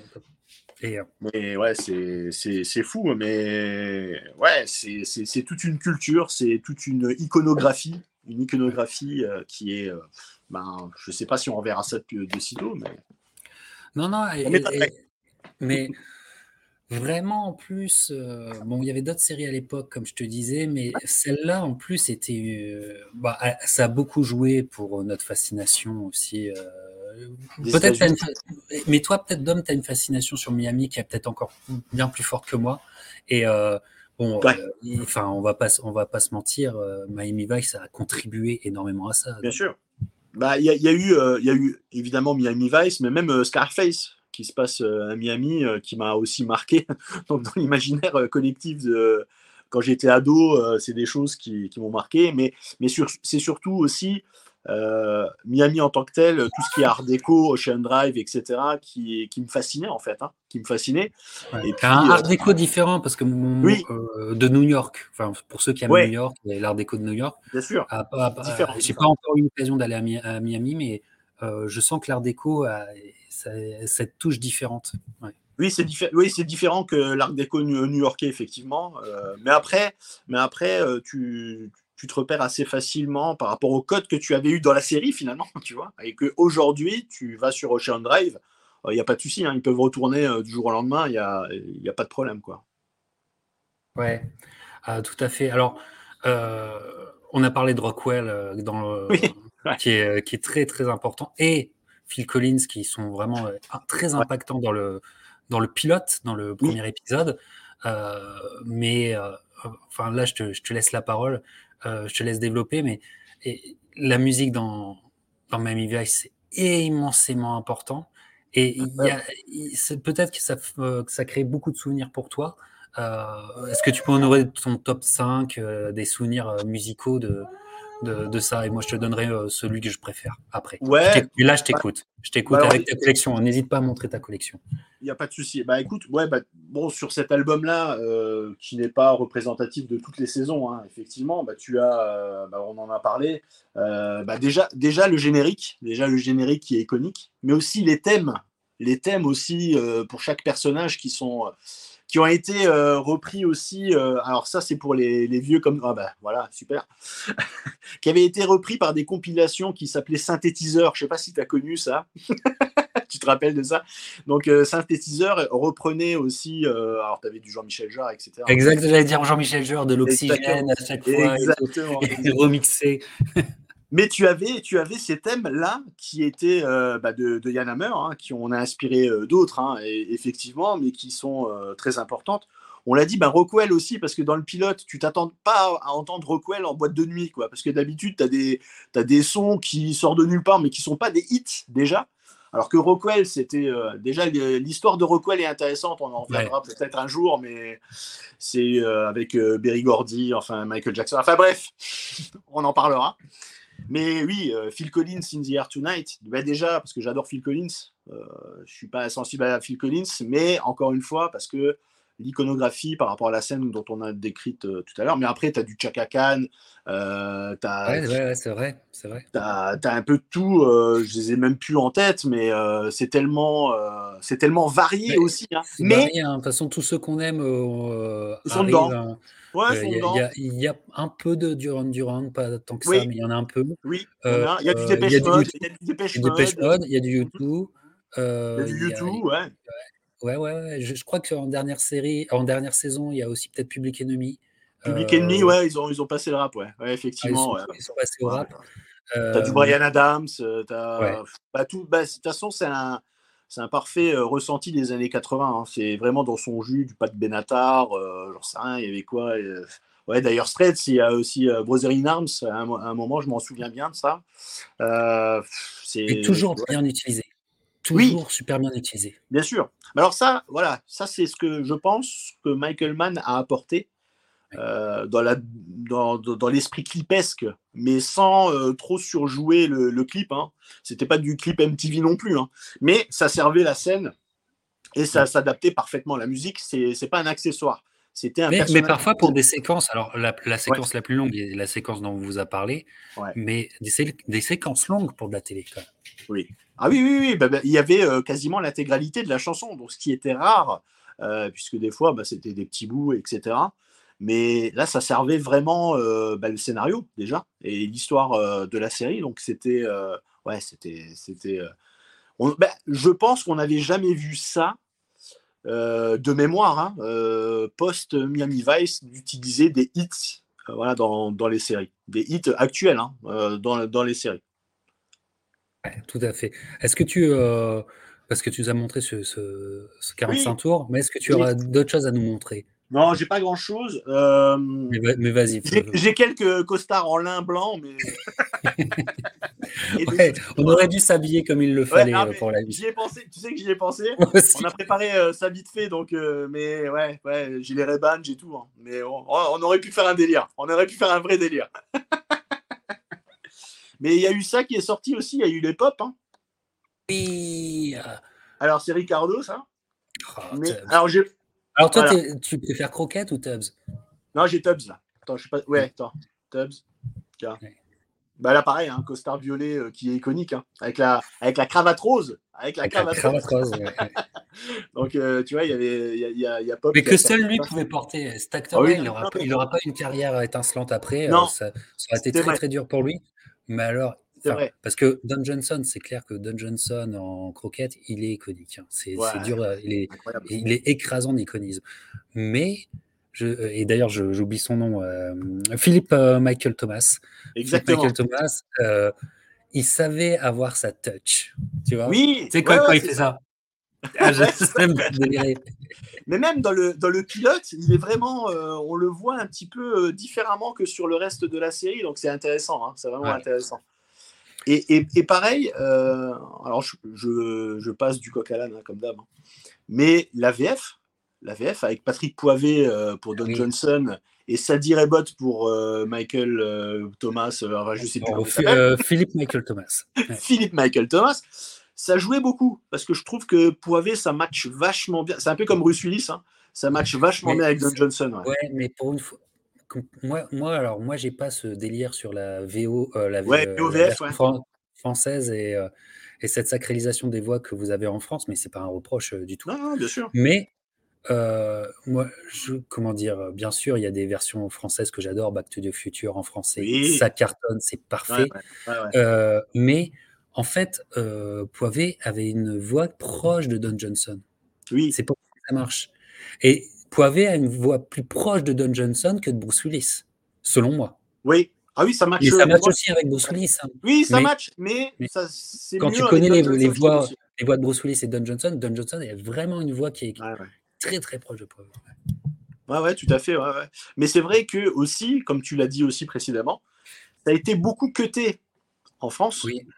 Et heu, Mais ouais, c'est, c'est, c'est fou, mais ouais, c'est, c'est, c'est toute une culture, c'est toute une iconographie, une ouais. iconographie euh, qui est, euh, ben, je sais pas si on reverra ça de, de sitôt, mais Non, non et ça et m'étonnerait. et mais vraiment en plus, heu, bon, il y avait d'autres séries à l'époque, comme je te disais, mais celle-là, en plus, était, heu, bah, a ça a beaucoup joué pour, heu, notre fascination aussi, heu, Des peut-être tu États-Unis. une fa mais toi, peut-être, Dom, tu as une fascination sur Miami qui est peut-être encore bien plus forte que moi et heu, bon, Ouais, heu, i enfin, on va pas s on va pas se mentir, heu, Miami Vice a contribué énormément à ça, bien donc sûr. Bah, il y a, il y a eu, euh, il y a eu évidemment Miami Vice, mais même euh, Scarface qui se passe euh, à Miami, euh, qui m'a aussi marqué donc, dans l'imaginaire euh, collectif de quand j'étais ado. Euh, c'est des choses qui, qui m'ont marqué, mais, mais sur- c'est surtout aussi euh, Miami en tant que tel, tout ce qui est Art déco, Ocean Drive, et cetera, qui, qui me fascinait en fait, hein, qui me fascinait. ouais. Et Un puis, euh, art déco différent parce que mon oui, heu, de New York, enfin, pour ceux qui aiment New ouais, York et l'art déco de New York. bien sûr, Ah, pas pas différent, j'ai pas différent. encore eu l'occasion d'aller à Mi à Miami, mais heu, je sens que l'art déco a ça cette touche différente. Ouais. Oui, c'est diffé- oui, c'est différent que l'Art déco new- new-yorkais, effectivement. Euh, mais après, mais après euh, tu, tu te repères assez facilement par rapport au code que tu avais eu dans la série, finalement, tu vois. Et qu'aujourd'hui, tu vas sur Ocean Drive, il n'y a pas de souci, hein, ils peuvent retourner euh, du jour au lendemain, il n'y a, y a pas de problème, quoi. Ouais, ah, tout à fait. Alors, heu, on a parlé de Rockwell, heu, dans Oui, le ouais, qui est, qui est très, très important et Phil Collins qui sont vraiment, heu, im très ouais, impactants dans le dans le pilote, dans le oui, premier épisode. Heu, mais heu, enfin là, je te je te laisse la parole, heu, je te laisse développer, mais et la musique dans dans Miami Vice, c'est immensément important et il y incroyable. a il c'est peut-être que ça f que ça crée beaucoup de souvenirs pour toi. Euh, est-ce que tu peux honorer ton top cinq euh, des souvenirs euh, musicaux de, de, de ça? Et moi, je te donnerai euh, celui que je préfère après. Je Ouais, t'écoute- et là, je bah, t'écoute. Je bah t'écoute alors, avec ta collection. N'hésite pas à montrer ta collection. il n'y a pas de souci. Bah écoute, ouais, bah, bon, sur cet album-là, euh, qui n'est pas représentatif de toutes les saisons, hein, effectivement, bah, tu as, euh, bah, on en a parlé, euh, bah, déjà, déjà le générique, déjà le générique qui est iconique, mais aussi les thèmes, les thèmes aussi euh, pour chaque personnage qui sont, euh, qui ont été euh, repris aussi. Euh, alors ça, c'est pour les, les vieux comme, ah bah voilà, super, qui avaient été repris par des compilations qui s'appelaient synthétiseurs. Je sais pas si tu as connu ça. Tu te rappelles de ça? Donc, euh, synthétiseur reprenait aussi. Euh, alors, tu avais du Jean-Michel Jarre, et cetera. Exact, j'allais dire Jean-Michel Jarre, de Exactement. l'oxygène à chaque fois et tout, Exactement. et Exactement. remixé. Mais tu avais, tu avais ces thèmes-là qui étaient euh, bah, de, de Yann Hammer, hein, qui ont inspiré euh, d'autres, hein, et, effectivement, mais qui sont euh, très importantes. On l'a dit, bah, Rockwell aussi, parce que dans le pilote, tu t'attends pas à entendre Rockwell en boîte de nuit, quoi, parce que d'habitude, tu as des, t'as des sons qui sortent de nulle part, mais qui sont pas des hits déjà. Alors que Rockwell, c'était euh, déjà l'histoire de Rockwell est intéressante, on en Ouais. reviendra peut-être un jour, mais c'est euh, avec euh, Berry Gordy, enfin Michael Jackson, enfin bref, on en parlera. Mais oui, euh, Phil Collins, In the Air Tonight, bah déjà, parce que j'adore Phil Collins, euh, je suis pas sensible à Phil Collins, mais encore une fois, parce que l'iconographie par rapport à la scène dont on a décrite euh, tout à l'heure, mais après, tu as du Chaka Khan, euh, tu as, Ouais, ouais, ouais, c'est vrai, c'est vrai. un peu de tout, euh, je les ai même plus en tête, mais euh, c'est tellement, euh, c'est tellement varié Mais aussi, hein. c'est Mais varié, hein. De toute façon, tous ceux qu'on aime euh, ils sont arrivent. dedans. hein. Ouais, ils Euh, Il sont y, a, il y dedans. a- il y a un peu de Duran Duran, pas tant que ça, Oui, mais il y en a un peu. oui, il y en Euh, a. Il y a du euh, il y a Dépêche du Mode, YouTube, il y a du il Dépêche y a Depeche Mode, Mode, il y a du mhm. YouTube. Il y a euh, du il y a, U deux, ouais. ouais, ouais, ouais. Je, je crois qu'en dernière série, en dernière saison, il y a aussi peut-être Public Enemy. Public Enemy, Euh, ouais, ils ont, ils ont passé le rap, ouais. Ouais, ah, ils effectivement, sont, ouais. ils sont passés au Ouais. rap. T'as du Euh, Brian Adams, euh, t'as ouais. bah, tout. Bah, de toute façon, c'est un, c'est un parfait euh, ressenti des années quatre-vingts. Hein. C'est vraiment dans son jus, du Pat Benatar, euh, j'en sais rien, il y avait quoi euh, ouais, d'ailleurs, Straits, il y a aussi euh, Brother in Arms, à un, à un moment, je m'en souviens bien de ça. Euh, Et c'est toujours ouais. bien utilisé. Oui, Toujours super bien utilisé. bien sûr. Mais alors ça, voilà, ça c'est ce que je pense que Michael Mann a apporté Ouais. euh, dans, la, dans, dans l'esprit clipesque, mais sans euh, trop surjouer le, le clip. Hein. C'était pas du clip M T V non plus, hein. Mais ça servait la scène et ça Mm. s'adaptait parfaitement. La musique, c'est, c'est pas un accessoire. C'était un Mais, mais personnage. parfois pour des séquences, alors la, la Ouais, séquence la plus longue est la séquence dont on vous a parlé, ouais, mais des, sé- des séquences longues pour de la télé, quand même. oui. Ah oui, oui, oui. Bah, bah, il y avait euh, quasiment l'intégralité de la chanson, donc ce qui était rare, euh, puisque des fois, bah, c'était des petits bouts, et cetera. Mais là, ça servait vraiment euh, bah, le scénario déjà et l'histoire euh, de la série. Donc c'était, euh, ouais, c'était, c'était. euh, on- bah, je pense qu'on n'avait jamais vu ça euh, de mémoire, hein, euh, post Miami Vice, d'utiliser des hits, euh, voilà, dans, dans les séries, des hits actuels, hein, euh, dans, dans les séries. Ouais, tout à fait. Est-ce que tu, euh, parce que tu nous as montré ce, ce, ce Oui, quarante-cinq tours, mais est-ce que tu oui. auras d'autres choses à nous montrer? Non, j'ai pas grand chose. Euh, Mais, va- mais vas-y. j'ai, feu- j'ai quelques costards en lin blanc, mais et des Ouais, chaussures on aurait brunes. dû s'habiller comme il le Ouais, fallait non, euh, mais pour la vie. j'y ai pensé. Tu sais que j'y ai pensé. Moi On aussi. a préparé euh, ça vite fait, donc euh, mais ouais, ouais, j'ai les Ray-Ban, j'ai tout. Hein. Mais on, on aurait pu faire un délire. On aurait pu faire un vrai délire. Mais il y a eu ça qui est sorti aussi. Il y a eu les pop. Hein. Oui. ah, Alors c'est Ricardo, ça. oh, Mais Tubbs. alors j'ai, Alors toi, voilà. t'es- tu préfères croquette ou Tubbs? Non, j'ai Tubbs là. Attends, je sais pas. Ouais, Ouais, attends. Tubbs. Tiens. ouais. Bah là, pareil, un hein, costard violet euh, qui est iconique, hein, avec, la, avec la cravate rose. Avec la Avec la cravate rose. cravate rose. Ouais, ouais. Donc, euh, tu vois, il y avait, il y a, il y a, il y a Pop Mais qui a que sorti seul lui ça. pouvait porter. Cet Ah acteur-là, oui, il non, n'aura pas, mais- il aura pas une carrière étincelante après. euh, non, ça, ça aurait été c'est très vrai, très dur pour lui. Mais alors, c'est enfin, vrai. parce que Don Johnson, c'est clair que Don Johnson en croquette, il est iconique. Hein. C'est, Ouais, c'est dur, euh, il est, incroyable. il est écrasant d'iconisme. Mais je, et d'ailleurs, je- j'oublie son nom, euh, Philippe euh, Michael Thomas. Philippe Michael Exactement. Thomas, euh, il savait avoir sa touch. Tu vois? Oui, Tu sais, ouais, quand, quand ouais, il c'est fait ça. ça, ah, je, Ouais, c'est ça ça. me fait délirer. Mais même dans le, dans le pilote, il est vraiment, euh, on le voit un petit peu euh, différemment que sur le reste de la série, donc c'est intéressant, hein, c'est vraiment Ouais. intéressant. Et, et, et pareil, euh, alors je, je, je passe du coq à l'âne, hein, comme d'hab, hein. Mais la V F, la V F avec Patrick Poivet euh, pour Ah Don oui. Johnson et Sadie Rebot pour euh, Michael euh, Thomas, euh, enfin, je sais plus Bon, comment il Phi- s'appelle, euh, Philippe Michael Thomas. Ouais. Philippe Michael Thomas, ça jouait beaucoup parce que je trouve que Poivet ça match vachement bien. C'est un peu comme Bruce Willis, hein, ça match vachement Mais bien avec Don c'est- Johnson. Ouais, ouais, mais pour une fois, com- moi, moi, alors moi, j'ai pas ce délire sur la V O, euh, la, ouais, euh, la O V F, version ouais. fran- française et, euh, et cette sacralisation des voix que vous avez en France, mais c'est pas un reproche euh, du tout. Non, non, bien sûr. Mais euh, moi, je, comment dire, euh, bien sûr, il y a des versions françaises que j'adore, Back to the Future en français, ça Oui, cartonne, c'est ouais, parfait. ouais, ouais, ouais. Euh, mais en fait, euh, Poivet avait une voix proche de Don Johnson. Oui, C'est pour ça que ça marche. Et Poivet a une voix plus proche de Don Johnson que de Bruce Willis, selon moi. oui. Ah oui, ça Mais match. ça euh, match moi, aussi avec Bruce Willis. Hein. oui, ça Mais, match, mais mais ça c'est quand tu mieux avec connais Don les, les Johnson, je trouve voix, aussi. les voix de Bruce Willis et Don Johnson, Don Johnson a vraiment une voix qui est Ouais, ouais. très très proche de Poivet. Ouais, ouais, tout à fait. Ouais, ouais. Mais c'est vrai que aussi, comme tu l'as dit aussi précédemment, ça a été beaucoup cuté en France Oui,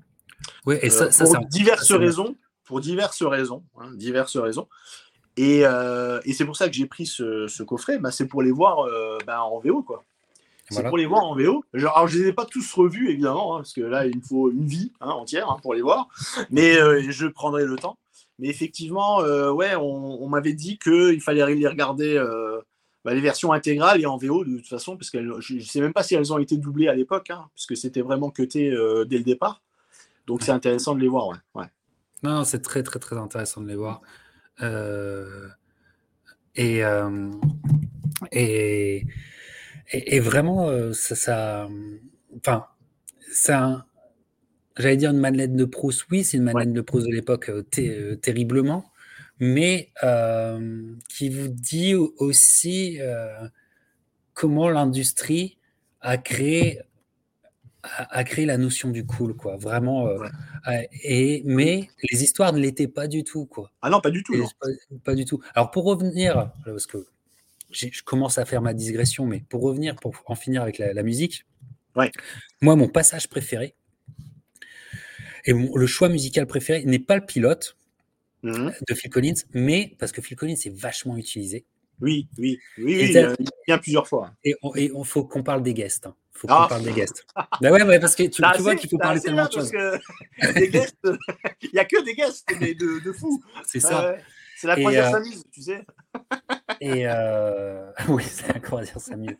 oui, et euh, ça, ça, pour ça, ça, diverses ça m'a- raisons, pour diverses raisons, hein, diverses raisons. Et, euh, et c'est pour ça que j'ai pris ce, ce coffret. Bah, c'est pour les voir euh, bah, en V O, quoi. C'est pour voilà. les voir en V O. Genre, alors, je les ai pas tous revus, évidemment, hein, parce que là, il me faut une vie hein, entière hein, pour les voir. Mais euh, je prendrai le temps. Mais effectivement, euh, ouais, on, on m'avait dit qu'il fallait les regarder euh, bah, les versions intégrales et en V O de toute façon, parce que je ne sais même pas si elles ont été doublées à l'époque, hein, parce que c'était vraiment cuté euh, dès le départ. Donc c'est Ouais. intéressant de les voir, ouais. ouais. Non, non, c'est très très très intéressant de les voir. Euh, et, euh, et, et, et vraiment, euh, ça, ça, enfin, ça, j'allais dire une Madeleine de Proust, oui, c'est une Ouais. Madeleine de Proust de l'époque euh, té- euh, terriblement, mais euh, qui vous dit aussi euh, comment l'industrie a créé a, a créé la notion du cool, quoi. Vraiment. Euh, Ouais. euh, et, mais les histoires ne l'étaient pas du tout, quoi. Ah non, pas du tout, Et non. pas, pas du tout. Alors, pour revenir, parce que j'ai- je commence à faire ma digression, mais pour revenir, pour en finir avec la, la musique, Ouais. moi, mon passage préféré, et mon- le choix musical préféré n'est pas le pilote Mhm. de Phil Collins, mais parce que Phil Collins est vachement utilisé. Oui, oui, oui, Et oui, t'as- euh, il vient plusieurs fois. Et on, et on- faut qu'on parle des guests. Hein. Faut qu'on Ah, parle des guests. Bah ouais, ouais, parce que tu, t'as tu vois assez, qu'il faut t'as parler assez tellement là de parce choses. que des guests, il n'y a que des guests, mais de, de fous. C'est Ouais, ça. ouais. C'est la Et, croisière euh, s'amuse, tu sais. et euh, oui, c'est la croisière s'amuse.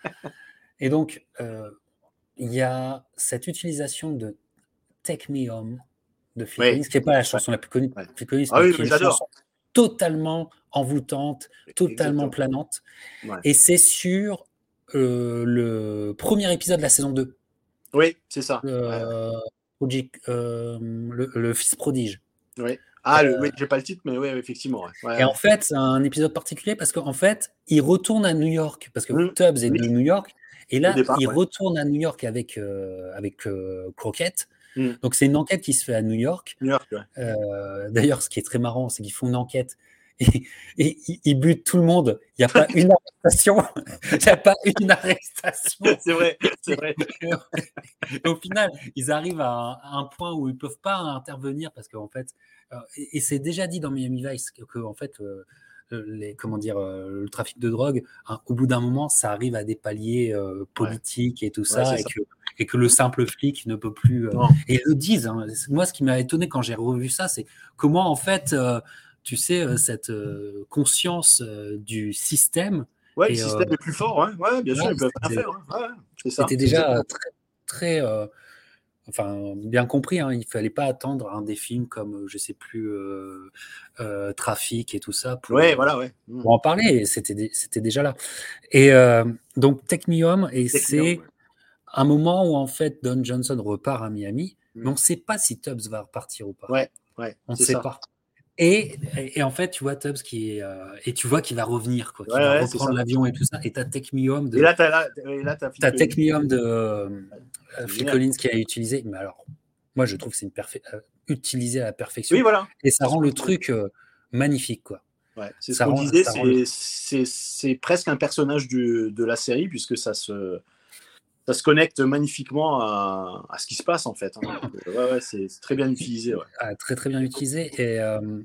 Et donc, euh, il y a cette utilisation de Take Me Home de Phil Oui, Collins, qui n'est pas la ouais, chanson la plus connue de ouais. Phil Collins, Ah mais oui, qui est mais une j'adore. chanson totalement envoûtante, totalement Exactement. planante. Ouais. Et c'est sur euh, le premier épisode de la saison deux. Oui, c'est ça. Ouais, Euh, Prodigy- euh, le, le fils prodige. ouais. Ouais. Ah, le, oui, j'ai pas le titre, mais oui, effectivement. Ouais. Ouais, Et en ouais. fait, c'est un épisode particulier parce qu'en fait, il retourne à New York, parce que Mmh. Tubbs est Oui, de New York, et au là, départ, il ouais. retourne à New York avec, euh, avec euh, Crockett. Mmh. Donc, c'est une enquête qui se fait à New York. New York, ouais. Euh, D'ailleurs, ce qui est très marrant, c'est qu'ils font une enquête et, et ils, ils butent tout le monde. Il n'y a pas une arrestation. Il n'y a pas une arrestation. C'est vrai, c'est vrai. Et au final, ils arrivent à un, à un point où ils ne peuvent pas intervenir parce qu'en fait, euh, et, et c'est déjà dit dans Miami Vice que, que en fait, euh, les, comment dire, euh, le trafic de drogue, hein, au bout d'un moment, ça arrive à des paliers euh, Ouais, politiques et tout ouais, ça, c'est et ça. que, et que le simple flic ne peut plus. Euh, Non. et ils le disent. Hein. Moi, ce qui m'a étonné quand j'ai revu ça, c'est comment, en fait, euh, tu sais, euh, cette euh, conscience euh, du système. Ouais, le Et, euh, système est plus fort, ouais, ouais, bien sûr, ouais, ils peuvent rien c'était faire. Hein. Ouais, c'est ça, c'était c'est déjà exactement. très, très euh, enfin, bien compris, hein, il fallait pas attendre un des films comme, euh, je sais plus, euh, euh, Trafic et tout ça pour, Ouais, euh, voilà, ouais. Mmh. pour en parler. Et C'était dé- c'était déjà là. Et euh, donc, Take Me Home, et Take Me Home, c'est ouais. un moment où en fait Don Johnson repart à Miami, mais Mmh. on ne sait pas si Tubbs va repartir ou pas. Ouais, ouais, On ne c'est sait ça. pas. Et, et, et en fait, tu vois Tubbs qui est, euh, et tu vois qu'il va revenir, quoi, qu'il Ouais, va ouais, c'est reprendre ça. l'avion et tout ça. Et t'as Take Me Home Et de, là, t'as là, et là, t'as Phil t'as Collins. Take Me Home de euh, C'est Phil génial. Collins qui a utilisé. Mais alors, moi, je trouve que c'est une perfe- euh, utilisé à la Oui, perfection voilà. et ça C'est ce rend qu'on le disait. truc euh, magnifique, quoi. Ouais, c'est ce Ça qu'on rend, disait, ça rend le c'est, truc. c'est, c'est presque un personnage du, de la série, puisque ça se, ça se connecte magnifiquement à, à ce qui se passe, en fait. Hein. Donc, euh, ouais, ouais, c'est c'est très bien utilisé. Ouais. Ah, très très bien utilisé. Et euh,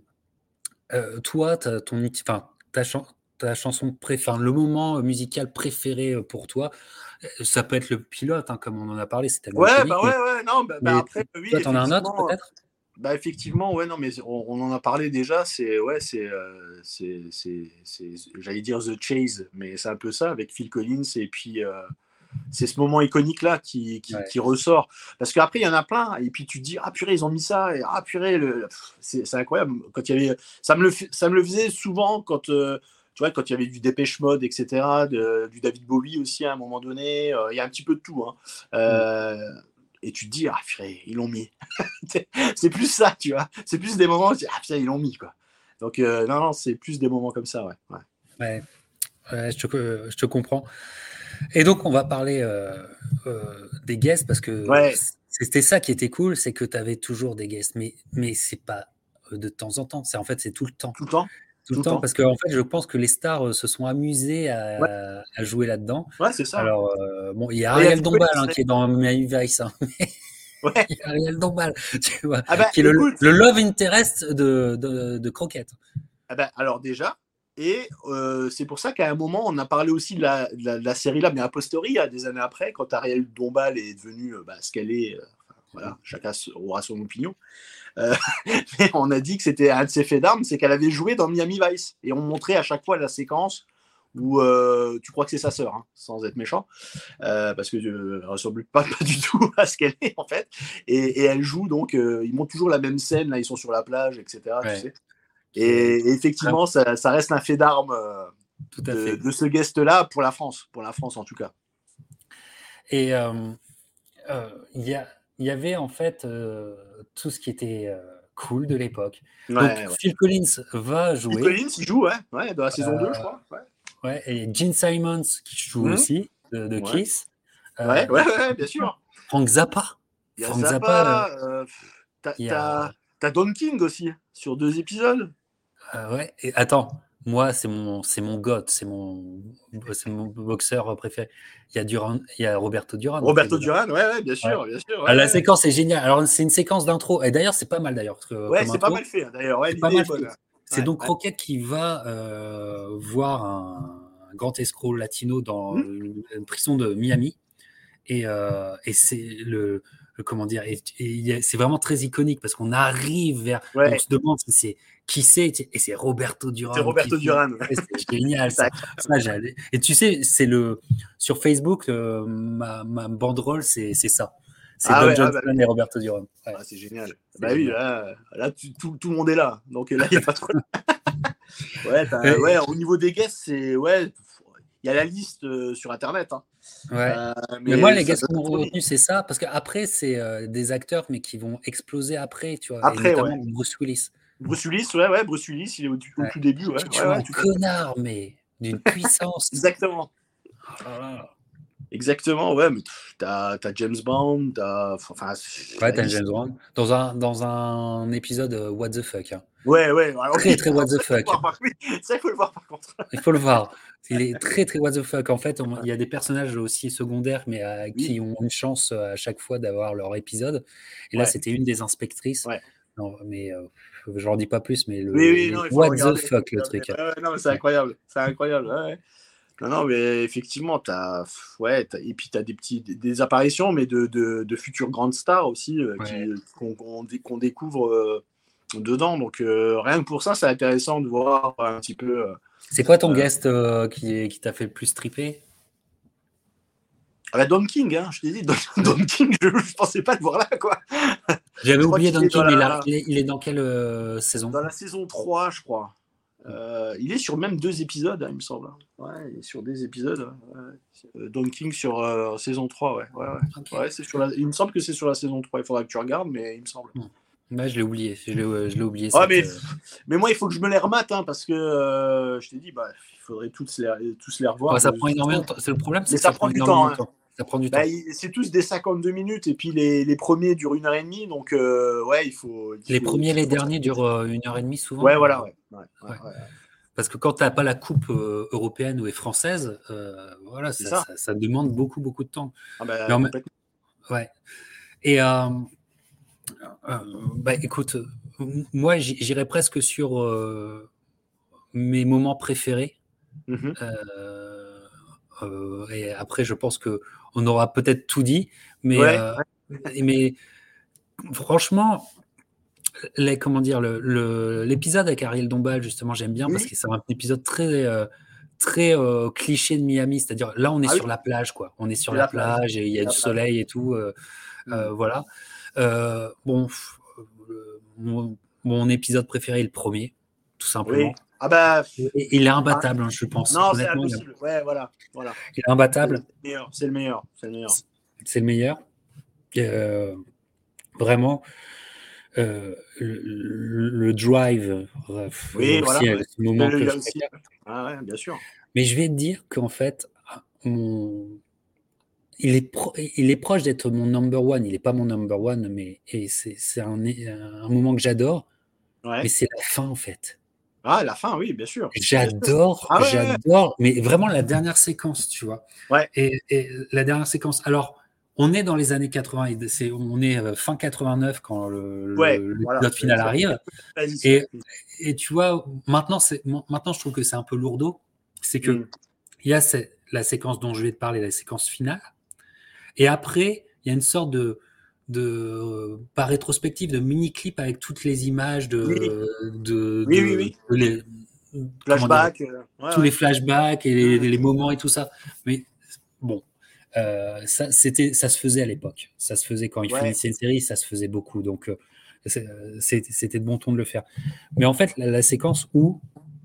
euh, toi, t'as ton, uti- enfin, ta, chan- ta chanson préférée, le moment musical préféré euh, pour toi, euh, ça peut être le pilote, hein, comme on en a parlé, c'est tellement Ouais, iconique. bah Mais, ouais, ouais, non, bah, bah mais après, oui, toi, t'en as un autre effectivement. peut-être? Bah effectivement, ouais, non, mais on, on en a parlé déjà, c'est, ouais, c'est, euh, c'est, c'est, c'est- j'allais dire The Chase, mais c'est un peu ça avec Phil Collins, et puis euh, c'est ce moment iconique-là qui, qui, Ouais. qui ressort. Parce qu'après, il y en a plein, et puis tu te dis, ah purée, ils ont mis ça, et ah purée, le... Pff, c'est c'est incroyable. Quand il y avait... ça, me le, f- ça me le faisait souvent quand, euh, tu vois, quand il y avait du Dépêche Mode, et cetera, de- du David Bowie aussi à un moment donné, euh, il y a un petit peu de tout. Hein. Mm. Euh, et tu te dis, ah purée, ils l'ont mis. C'est plus ça, tu vois. C'est plus des moments où tu dis, ah putain, ils l'ont mis, quoi. Donc, euh, non, non, c'est plus des moments comme ça, ouais. ouais. Ouais. Ouais, je te, euh, je te comprends. Et donc, on va parler euh, euh, des guests parce que Ouais, c'était ça qui était cool, c'est que tu avais toujours des guests, mais, mais c'est pas euh, de temps en temps, c'est en fait c'est tout le temps. tout le temps. Tout Tout le le temps, temps. parce que en fait, je pense que les stars euh, se sont amusés Ouais, à, à jouer là-dedans. ouais c'est ça. Alors, euh, bon, il y a Bah, il y a Ariel Phil Dombal Collins, hein, ouais. qui est dans Miami Vice, hein. Ouais. Il y a Ariel Dombal, tu vois, Ah bah, qui est le, écoute, le love interest de, de, de Croquette. ah bah, alors déjà, et euh, c'est pour ça qu'à un moment, on a parlé aussi de la, de la, de la série là, mais a posteriori, à des années après, quand Ariel Dombal est devenue euh, bah, ce qu'elle est, euh, voilà, chacun aura son opinion. Euh, mais on a dit que c'était un de ses faits d'armes, c'est qu'elle avait joué dans Miami Vice. Et on montrait à chaque fois la séquence où euh, tu crois que c'est sa sœur, hein, sans être méchant, euh, parce que euh, elle ressemble pas, pas du tout à ce qu'elle est en fait. Et, et elle joue donc, euh, ils montent toujours la même scène, là ils sont sur la plage, et cetera. Tu Ouais, sais. qui est Et, et effectivement, ça, ça reste un fait d'armes euh, tout à de, fait. de ce guest-là pour la France, pour la France en tout cas. Et euh, euh, il y, a, il y avait en fait euh, tout ce qui était euh, cool de l'époque. Donc, Ouais, ouais. Phil Collins va Phil jouer. Collins, il joue, ouais, ouais, dans la saison deux, je Euh, crois. Ouais. ouais, et Gene Simmons qui joue Mmh. aussi de, de Ouais. Kiss. Euh, Ouais, ouais, ouais, bien sûr. Frank Zappa. Il y a Frank Zappa, euh, Zappa, euh, t'as, il y t'as, a. t'as Don King aussi, sur deux épisodes. Euh, ouais. Et attends, moi, c'est mon, c'est mon God, c'est mon, c'est mon boxeur préféré. Il y a Duran, il y a Roberto Duran qui est Roberto dedans. Duran, ouais, ouais, bien Ouais. sûr, bien sûr. Ah, Ouais, la ouais. séquence est géniale. Alors, c'est une séquence d'intro. Et d'ailleurs, c'est pas mal d'ailleurs, parce que, Ouais, comme c'est pas intro. mal fait, hein, d'ailleurs. Ouais, C'est pas l'idée est mal fait. bonne. C'est Ouais, donc ouais. Rocket qui va euh, voir un, un grand escroc latino dans Hmm. une, une prison de Miami. Et, euh, et c'est le, le- comment dire, et, et il y a- c'est vraiment très iconique parce qu'on arrive vers, et on Ouais, se demande si c'est qui c'est, et c'est Roberto c'est Duran qui Roberto fait. Duran. Et c'est génial Ça- ça. Ça, j'allais- et tu sais, c'est le sur Facebook, euh, ma, ma banderole, c'est c'est ça. C'est Ah Don ouais, ah bah Johnson oui. et Roberto Duran. Ouais, Ah, c'est génial. c'est Bah oui, génial. là, là tu- tout, tout le monde est là. Donc là, il n'y a pas trop. Ouais, t'as- Et- ouais, au niveau des guests, c'est. Ouais, il y a la liste euh, sur Internet. Hein. ouais. Euh, Mais moi, mais les ça gars donne qui m'ont trop envie. retenu, c'est ça, parce qu'après, c'est euh, des acteurs, mais qui vont exploser après, tu vois, et Après, notamment ouais. Bruce Willis. Bruce Willis, ouais, ouais, Bruce Willis, il est au, au Ouais. tout début, ouais, Qui ouais, joue ouais, un tout à fait. connard, mais d'une puissance. Exactement. Oh là là. Exactement, ouais, mais pff, t'as, t'as James Bond, t'as. Enfin, Ouais, la t'as liste. James Bond. Dans un, dans un épisode euh, What the fuck, hein. Ouais, ouais, alors Très, oui, très what alors the ça, il faut le fuck. voir par, oui, ça, il faut le voir par contre. Il faut le voir. Il est très, très what the fuck. En fait, on- il y a des personnages aussi secondaires, mais euh, Oui, qui ont une chance euh, à chaque fois d'avoir leur épisode. Et là, ouais, c'était une des inspectrices. ouais. Non, mais euh, je n'en dis pas plus, mais Oui, le, oui, il est non, il faut le what the regarder. Il faut fuck, le le regarder. truc, hein. Ouais, ouais, non, mais c'est Ouais. incroyable. C'est incroyable. Ouais, ouais. Non, non, mais effectivement, t'as. Ouais, t'as- et puis t'as des petits, des, des apparitions, mais de, de, de futures grandes stars aussi euh, qui, Ouais. qu'on, qu'on dé- qu'on découvre euh, dedans. Donc, euh, rien que pour ça, c'est intéressant de voir un petit peu. Euh, C'est quoi ton euh, guest euh, qui, qui t'a fait le plus triper? ah bah, Don King, hein, je t'ai dit, Don, Don King, je, je pensais pas le voir là, quoi. J'avais Je crois oublié qu'il Don est dans King, mais il, a- la, il est, il est dans quelle euh, saison? dans la saison trois, je crois. Euh, il est sur même deux épisodes, hein, il me semble. Ouais, il est sur des épisodes. Ouais. Don King sur euh, saison trois, ouais. ouais, ouais. Ok. Ouais, c'est sur la... Il me semble que c'est sur la saison trois. Il faudra que tu regardes, mais il me semble. Hmm. Ouais, je l'ai oublié. Je l'ai, euh, je l'ai oublié Ouais, cette. mais, euh, mais moi, il faut que je me les remate, hein, parce que euh, je t'ai dit, bah, il faudrait tous les, tous les revoir. ouais, ça De... prend énormément de temps. C'est le problème, c'est Mais que ça ça prend prend du temps. énormément de Hein. temps. Ça prend du Bah, temps. c'est tous des cinquante-deux minutes, et puis les, les premiers durent une heure et demie, donc euh, ouais, il faut. Il Les faut, il premiers et les faut... derniers durent euh, une heure et demie souvent. Ouais, voilà, euh, ouais. ouais, ouais, ouais. ouais. Parce que quand tu n'as pas la coupe euh, européenne ou est française, euh, voilà, C'est ça, ça. ça, ça demande beaucoup, beaucoup de temps. Ah Mais bah, en, complètement. ouais. Et euh, euh, bah, écoute, euh, moi, j'irais presque sur euh, mes moments préférés. Mm-hmm. Euh, euh, et après, je pense que on aura peut-être tout dit, mais, Ouais, euh, mais franchement, les, comment dire, le, le, l'épisode avec Ariel Dombal, justement, j'aime bien parce oui. que c'est un épisode très, euh, très euh, cliché de Miami. C'est-à-dire, là, on est Ah oui, sur la plage, quoi. On est sur c'est la la plage. plage et il y a C'est du la plage. soleil et tout. Euh, Mm. euh, voilà. Euh, bon, euh, mon, mon épisode préféré est le premier, tout Oui. simplement. Ah bah. Et, il est Ah, imbattable, hein, je pense. non, c'est Honnêtement, il est, impossible. Ouais, voilà. voilà. il est C'est imbattable. le meilleur. C'est le meilleur. C'est le meilleur. C'est le meilleur. Euh, vraiment. Euh, le, le drive, bref, Oui, aussi, voilà. euh, Ouais. ce moment que Il y je a aussi. préfère. Ah ouais, bien sûr. Mais je vais te dire qu'en fait, mon... il, est pro... il est proche d'être mon number one. Il n'est pas mon number one, mais et c'est, c'est un, un moment que j'adore. Mais Ouais. c'est la fin, en fait. Ah, la fin, oui, bien sûr. Bien sûr. J'adore, Ah ouais, ouais. j'adore, mais vraiment la dernière séquence, tu vois. Ouais. Et, et la dernière séquence. Alors, on est dans les années quatre-vingts, c'est, on est euh, fin quatre-vingt-neuf quand le, Ouais, le, voilà. l'épisode final arrive. Et, et tu vois, maintenant, c'est, maintenant, je trouve que c'est un peu lourdeau. C'est que Mm. il y a cette, la séquence dont je vais te parler, la séquence finale. Et après, il y a une sorte de, de par rétrospective, de mini-clip avec toutes les images de, Oui, de, oui, oui. de, oui. de les, comment dire, Flashback. euh, Ouais, tous les ouais. flashbacks et les, Mm. les moments et tout ça. Mais bon, euh, ça, c'était, ça se faisait à l'époque. Ça se faisait quand il Ouais. finissait une série, ça se faisait beaucoup. Donc, euh, c'est, c'était, c'était de bon ton de le faire. Mais en fait, la, la séquence où,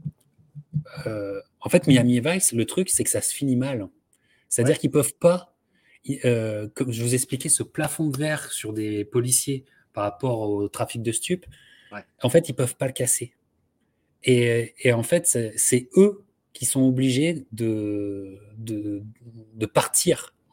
euh, en fait, Miami Vice, le truc, c'est que ça se finit mal. C'est-à-dire Ouais. qu'ils peuvent pas, euh, comme je vous expliquais, ce plafond de verre sur des policiers par rapport au trafic de stupes, Ouais. en fait, ils peuvent pas le casser. Et, et en fait, c'est, c'est eux qui sont obligés de, de, de partir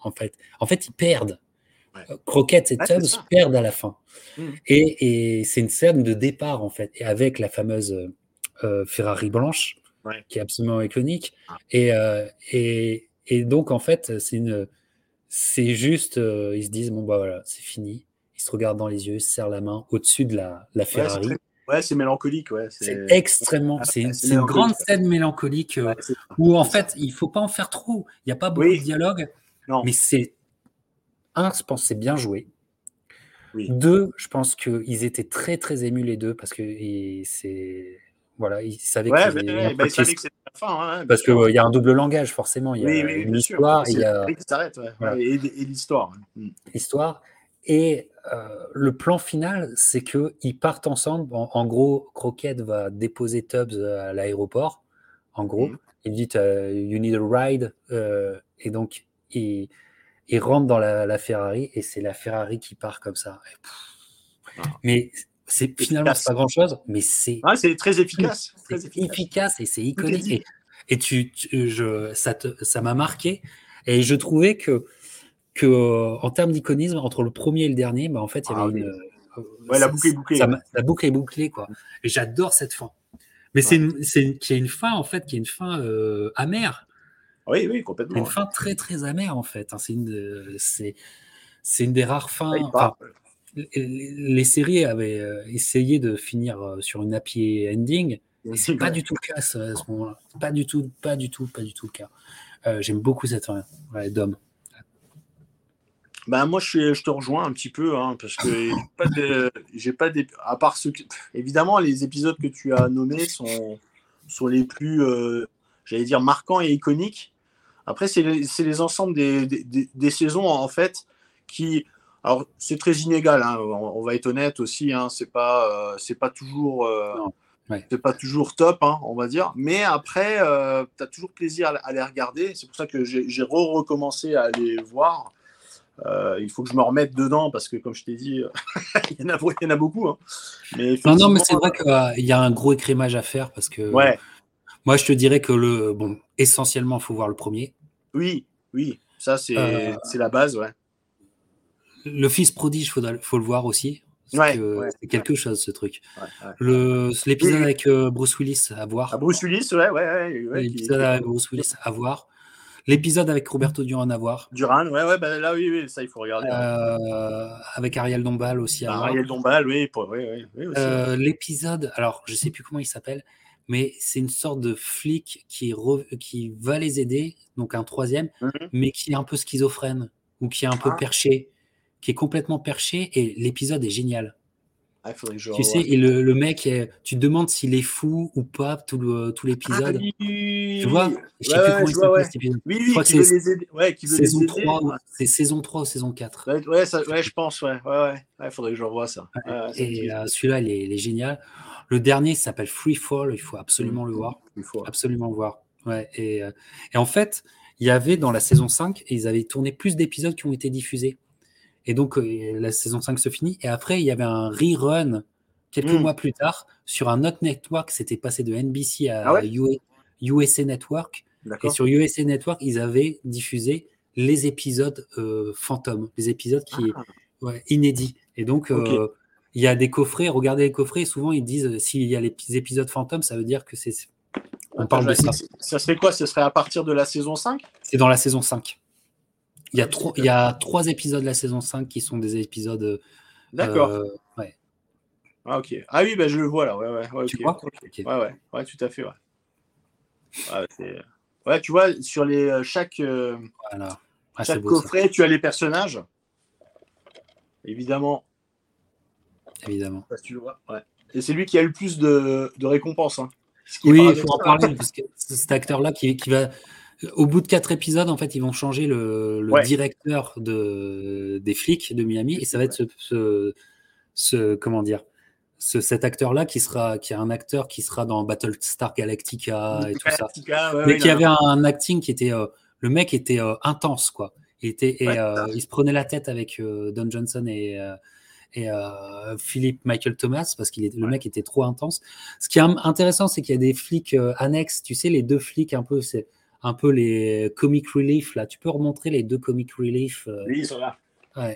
en fait. En fait, ils perdent. Ouais. Crockett et Ouais, c'est Tubbs ça. perdent à la fin. Mmh. Et, et c'est une scène de départ, en fait, et avec la fameuse euh, Ferrari blanche, Ouais. qui est absolument iconique. Ah. Et, euh, et, et donc, en fait, c'est une, c'est juste, euh, ils se disent, bon, bah voilà, c'est fini. Ils se regardent dans les yeux, ils se serrent la main au-dessus de la, la Ouais, c'est Ferrari. très... ouais, c'est mélancolique. Ouais, C'est c'est... extrêmement, Ah, c'est ouais, une, c'est c'est une grande mélancolique. scène mélancolique euh, Ouais, c'est ça. où, en C'est ça. fait, il faut pas en faire trop. Il n'y a pas beaucoup Oui. de dialogue, Non. mais c'est, un, je pense, c'est bien joué. Oui. Deux, je pense qu'ils étaient très très émus les deux parce que et c'est voilà, ils savaient Ouais, qu'il ouais, y avait un ouais. Bah, il truc qui savait est- que c'était la fin, hein, bien parce sûr. qu'il y a un double langage forcément, il y Oui, a oui, oui, une bien sûr. histoire, Et il c'est y la a série qui s'arrête. Ouais. voilà, Ouais, et, et l'histoire. Mm. histoire et euh, le plan final, c'est que ils partent ensemble. En, en gros, Crockett va déposer Tubbs à l'aéroport. En gros, Mm. il dit euh, you need a ride euh, et donc il, il rentre dans la, la Ferrari et c'est la Ferrari qui part comme ça. Et, pff, Ah. mais c'est finalement c'est Efficace. pas grand chose, mais c'est Ah, c'est très efficace. c'est Très efficace. efficace et c'est Tout est iconique dit. et, et tu, tu- je ça te, ça m'a marqué et je trouvais que que euh, en termes d'iconisme entre le premier et le dernier, bah en fait il y Ah avait oui. une euh, Ouais, la ça, boucle est bouclée. ça Ouais. m'a- la boucle est bouclée quoi. Et j'adore cette fin. Mais c'est Ouais. une, c'est une, qui a une fin en fait qui est une fin euh, amère. Oui, oui, C'est complètement. une Ouais. fin très très amère en fait. Hein. C'est une de- c'est c'est une des rares Là, il fins. part. Enfin, les, les séries avaient euh, essayé de finir euh, sur une happy ending. Et c'est pas Ouais. du tout le cas à ce, à ce moment-là. Pas du tout, pas du tout, pas du tout le cas. Euh, j'aime beaucoup cette fin, ouais, Dom. Ben, moi, je, suis, je te rejoins un petit peu, hein, parce que j'ai pas de, j'ai pas des, à part ceux que, évidemment, les épisodes que tu as nommés sont, sont les plus, euh, j'allais dire, marquants et iconiques. Après, c'est les, c'est les ensembles des, des, des saisons, en fait, qui, alors, c'est très inégal, hein, on, on va être honnête aussi, hein, c'est pas, euh, c'est pas toujours, euh, Non. Ouais. c'est pas toujours top, hein, on va dire. Mais après, euh, tu as toujours plaisir à, à les regarder. C'est pour ça que j'ai, j'ai re-recommencé à les voir. Euh, il faut que je me remette dedans parce que, comme je t'ai dit, il, y en a, il y en a beaucoup. Hein. Mais Non, non, mais effectivement, c'est vrai qu'il euh, y a un gros écrémage à faire parce que ouais, moi, je te dirais que le, bon, essentiellement, il faut voir le premier. oui, oui, ça c'est, Euh, c'est la base, ouais. le fils prodige, il faut le voir aussi. Parce Ouais, que ouais, c'est quelque chose, ce truc. ouais, ouais. Le, l'épisode Oui, oui. avec euh, Bruce Willis, à Ah, voir. Bruce Willis, ouais, ouais, ouais, ouais qui, L'épisode qui est avec Bruce Willis, à voir. L'épisode avec Roberto Duran, à voir. Duran, ouais, ouais, bah, là, oui, oui, ça il faut regarder. Ouais. Euh, avec Ariel Dombal aussi, à Bah, voir. Ariel Dombal, oui, pour, oui, oui, oui aussi. Ouais. Euh, l'épisode, alors je sais plus comment il s'appelle, mais c'est une sorte de flic qui, re, qui va les aider, donc un troisième, Mm-hmm. mais qui est un peu schizophrène ou qui est un peu Ah. perché, qui est complètement perché, et l'épisode est génial. Ah, il faudrait que je Tu sais, et le, le mec, est, tu te demandes s'il est fou ou pas tout, le, tout l'épisode. Ah, oui, oui, Tu oui. vois, je sais Ouais, plus ouais, comment je il vois, s'appelle ouais. cet épisode. Oui, Je oui, crois que qui veut c'est les aider, ouais, qui veut les saison aider. trois, Ouais. c'est saison trois ou saison quatre. Ouais, ouais, ça, ouais, je pense, ouais, ouais, ouais. Il faudrait que je revoie ça. Ouais, ouais, ça me dit Et quelque euh, celui-là, il est, il est génial. Le dernier s'appelle Free Fall, il faut absolument chose. le voir. Il faut. Absolument le voir. Ouais, et, euh, et en fait, il y avait dans la saison cinq, ils avaient tourné plus d'épisodes qui ont été diffusés. Et donc, euh, la saison cinq se finit. Et après, il y avait un rerun quelques Mm. mois plus tard sur un autre network. C'était passé de N B C à Ah ouais U S A Network. Et D'accord. sur U S A Network, ils avaient diffusé les épisodes euh, fantômes, les épisodes qui Ah, ouais, inédits. Et donc, ok. euh, il y a des coffrets, regardez les coffrets, et souvent ils disent euh, s'il y a les épisodes fantômes, ça veut dire que c'est. On Attends, parle de je- ça. Ça serait quoi? Ce serait à partir de la saison cinq? C'est dans la saison cinq. Il y, a Ok. trois, il y a trois épisodes de la saison cinq qui sont des épisodes. D'accord. Euh, ouais. Ah, ok. Ah oui, bah, je le vois là. Ouais, ouais, ouais, Tu ok. vois Ok. okay. Ouais, ouais, ouais, tout à fait. Ouais, ouais, c'est... ouais tu vois, sur les, euh, chaque, euh, voilà. Ah, chaque beau, coffret, ça. tu as les personnages. Évidemment. Évidemment. Parce que tu le vois. Ouais. Et c'est lui qui a le plus de, de récompenses. Hein. Oui, il faut en parler, parce que cet acteur-là qui, qui va. Au bout de quatre épisodes, en fait, ils vont changer le, le ouais. directeur de, des flics de Miami, et ça va être ce, ce, ce comment dire, ce, cet acteur-là qui sera, qui est un acteur qui sera dans Battlestar Galactica et tout Galactica, ça, ouais, mais ouais, qui avait un, un acting qui était, euh, le mec était euh, intense, quoi. Il était, et ouais, euh, il se prenait la tête avec euh, Don Johnson et euh, et euh, Philippe Michael Thomas parce qu'il est, le ouais. mec était trop intense. Ce qui est intéressant, c'est qu'il y a des flics euh, annexes, tu sais, les deux flics un peu, c'est un peu les comic relief là. Tu peux remontrer les deux comic relief. Euh... Oui, ils sont là. Ouais.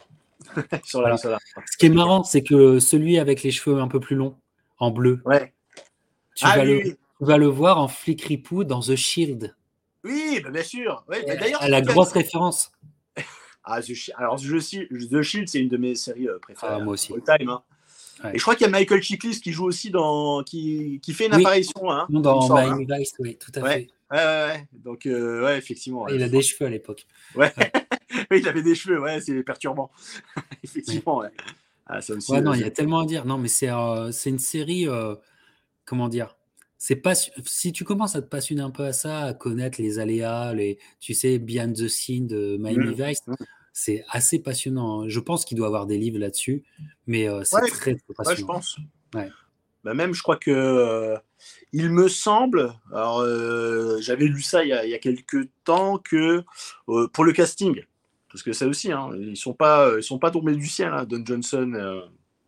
ils sont là, Voilà. ils sont là. Ce qui est marrant, c'est que celui avec les cheveux un peu plus longs, en bleu, ouais. tu, ah, vas oui, le, oui. tu vas le voir en flic ripou dans The Shield. Oui, bah bien sûr. Ouais, bah d'ailleurs, à la c'est grosse référence. Ah, The Shield. Alors, The Shield, c'est une de mes séries préférées. Ah, moi aussi. All time. Hein. Ouais. Et je crois qu'il y a Michael Chiklis qui joue aussi dans. qui, qui fait une oui. apparition. Hein, dans Miami Vice, oui, tout à ouais. fait. Ouais, ouais, ouais. Donc, euh, ouais, effectivement. Ouais, il a des cheveux à l'époque. Ouais. ouais. oui, il avait des cheveux, ouais, c'est perturbant. effectivement, ouais. ouais. Ah, ça aussi. Ouais, non, euh, il y a tellement à dire. Non, mais c'est euh, c'est une série. Euh, comment dire c'est pas si tu commences à te passionner un peu à ça, à connaître les aléas, les, tu sais, behind the scene de Miami mmh. Vice, mmh. c'est assez passionnant. Je pense qu'il doit y avoir des livres là-dessus, mais euh, c'est ouais, très, très passionnant. Ouais, je pense. Ouais. Bah même, je crois que euh, il me semble, alors euh, j'avais lu ça il y, a, il y a quelques temps, que euh, pour le casting, parce que ça aussi, hein, ils sont pas, ils sont pas tombés du ciel, hein, Don Johnson. Euh,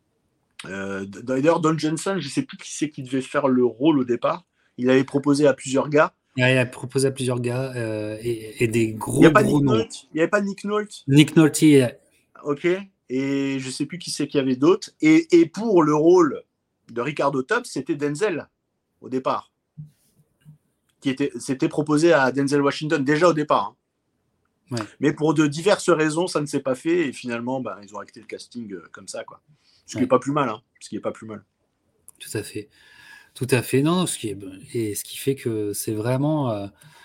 Euh, D'ailleurs, Don Johnson, je ne sais plus qui c'est qui devait faire le rôle au départ. Il avait proposé à plusieurs gars. Il a proposé à plusieurs gars euh, et, et des gros, il y a pas gros Nick noms. Nolte. Il n'y avait pas Nick Nolte. Nick Nolte. Yeah. Ok. Et je ne sais plus qui c'est qu'il y avait d'autres. Et, et pour le rôle de Ricardo Tubbs, c'était Denzel au départ. Qui était, c'était proposé à Denzel Washington déjà au départ. Hein. Ouais. Mais pour de diverses raisons, ça ne s'est pas fait. Et finalement, bah, ils ont acté le casting euh, comme ça, quoi. Ce qui n'est ouais. pas plus mal, hein. Ce qui est pas plus mal. Tout à fait, tout à fait. Non, ce qui est et ce qui fait que c'est vraiment, euh,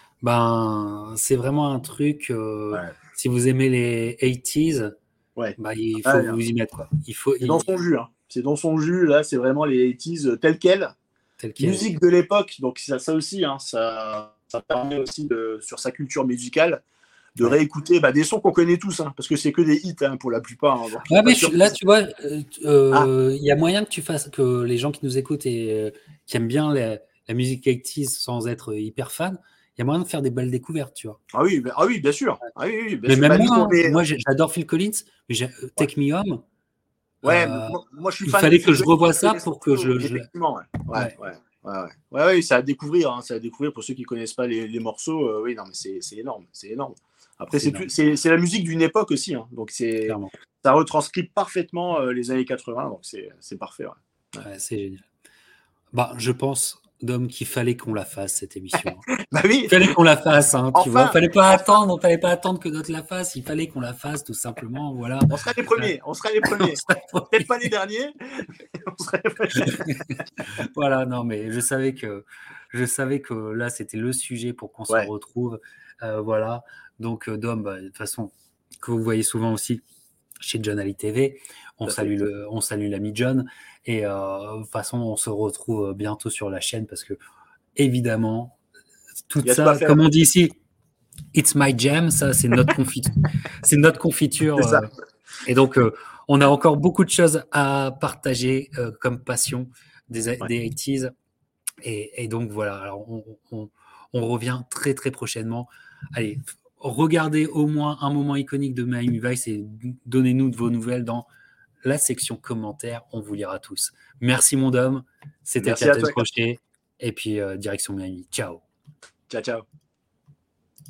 ben, c'est vraiment un truc. Euh, ouais. Si vous aimez les quatre-vingt-dix, ouais. bah, il faut ouais, vous y mettre, quoi. Il faut. C'est il... dans son jus, hein. C'est dans son jus. Là, c'est vraiment les quatre-vingt-dix tel quel. Tel quel. Musique de l'époque, donc ça, ça aussi, hein, ça, ça permet aussi de, sur sa culture musicale. De ouais. réécouter bah, des sons qu'on connaît tous, hein, parce que c'est que des hits hein, pour la plupart. Hein, donc ouais, mais je, là, tu vois, il euh, ah. euh, y a moyen que tu fasses, que les gens qui nous écoutent et euh, qui aiment bien la, la musique quatre-vingt-dix sans être hyper fan, il y a moyen de faire des belles découvertes, tu vois. Ah oui, bah, ah oui bien sûr. Ah oui, oui, bien mais sûr. même bah, moi, mais... moi j'adore Phil Collins, mais j'ai, euh, Take Me Home. Ouais, euh, moi, moi je suis il fan. Il fallait que je revoie ça pour que je. Effectivement, ouais. Ouais, ouais. ouais. Ouais, ouais. ouais, ouais, c'est à découvrir, hein, c'est à découvrir pour ceux qui connaissent pas les, les morceaux. Euh, oui, non, mais c'est, c'est énorme, c'est énorme. Après, c'est, c'est, c'est, c'est la musique d'une époque aussi, hein, donc c'est, ça retranscrit parfaitement euh, les années quatre-vingts, donc c'est, c'est parfait. Ouais. Ouais. Ouais, c'est génial. Bah, je pense, Dom, qu'il fallait qu'on la fasse cette émission. bah oui. Il fallait qu'on la fasse, hein, tu enfin, vois. Il fallait pas enfin. attendre, fallait pas attendre que d'autres la fassent. Il fallait qu'on la fasse, tout simplement. Voilà. On sera les premiers. On sera les premiers. Peut-être pas les derniers. on sera les premiers. Voilà, non, mais je savais que je savais que là, c'était le sujet pour qu'on ouais. se retrouve. Euh, voilà. Donc, euh, Dom, bah, de toute façon, que vous voyez souvent aussi chez John Ali T V, on salue le, on salue l'ami John. Et euh, de toute façon, on se retrouve bientôt sur la chaîne parce que, évidemment, tout ça, comme on dit ici, it's my jam, ça, c'est notre confiture. c'est notre confiture. C'est ça. Euh, et donc, euh, on a encore beaucoup de choses à partager euh, comme passion des, ouais. des quatre-vingt-dix. Et, et donc, voilà. Alors, on, on, on revient très, très prochainement. Allez, regardez au moins un moment iconique de Miami Vice et donnez-nous de vos nouvelles dans la section commentaires. On vous lira tous. Merci, mon Dom. C'était Captain Crochet. Et puis, euh, direction Miami. Ciao. Ciao, ciao.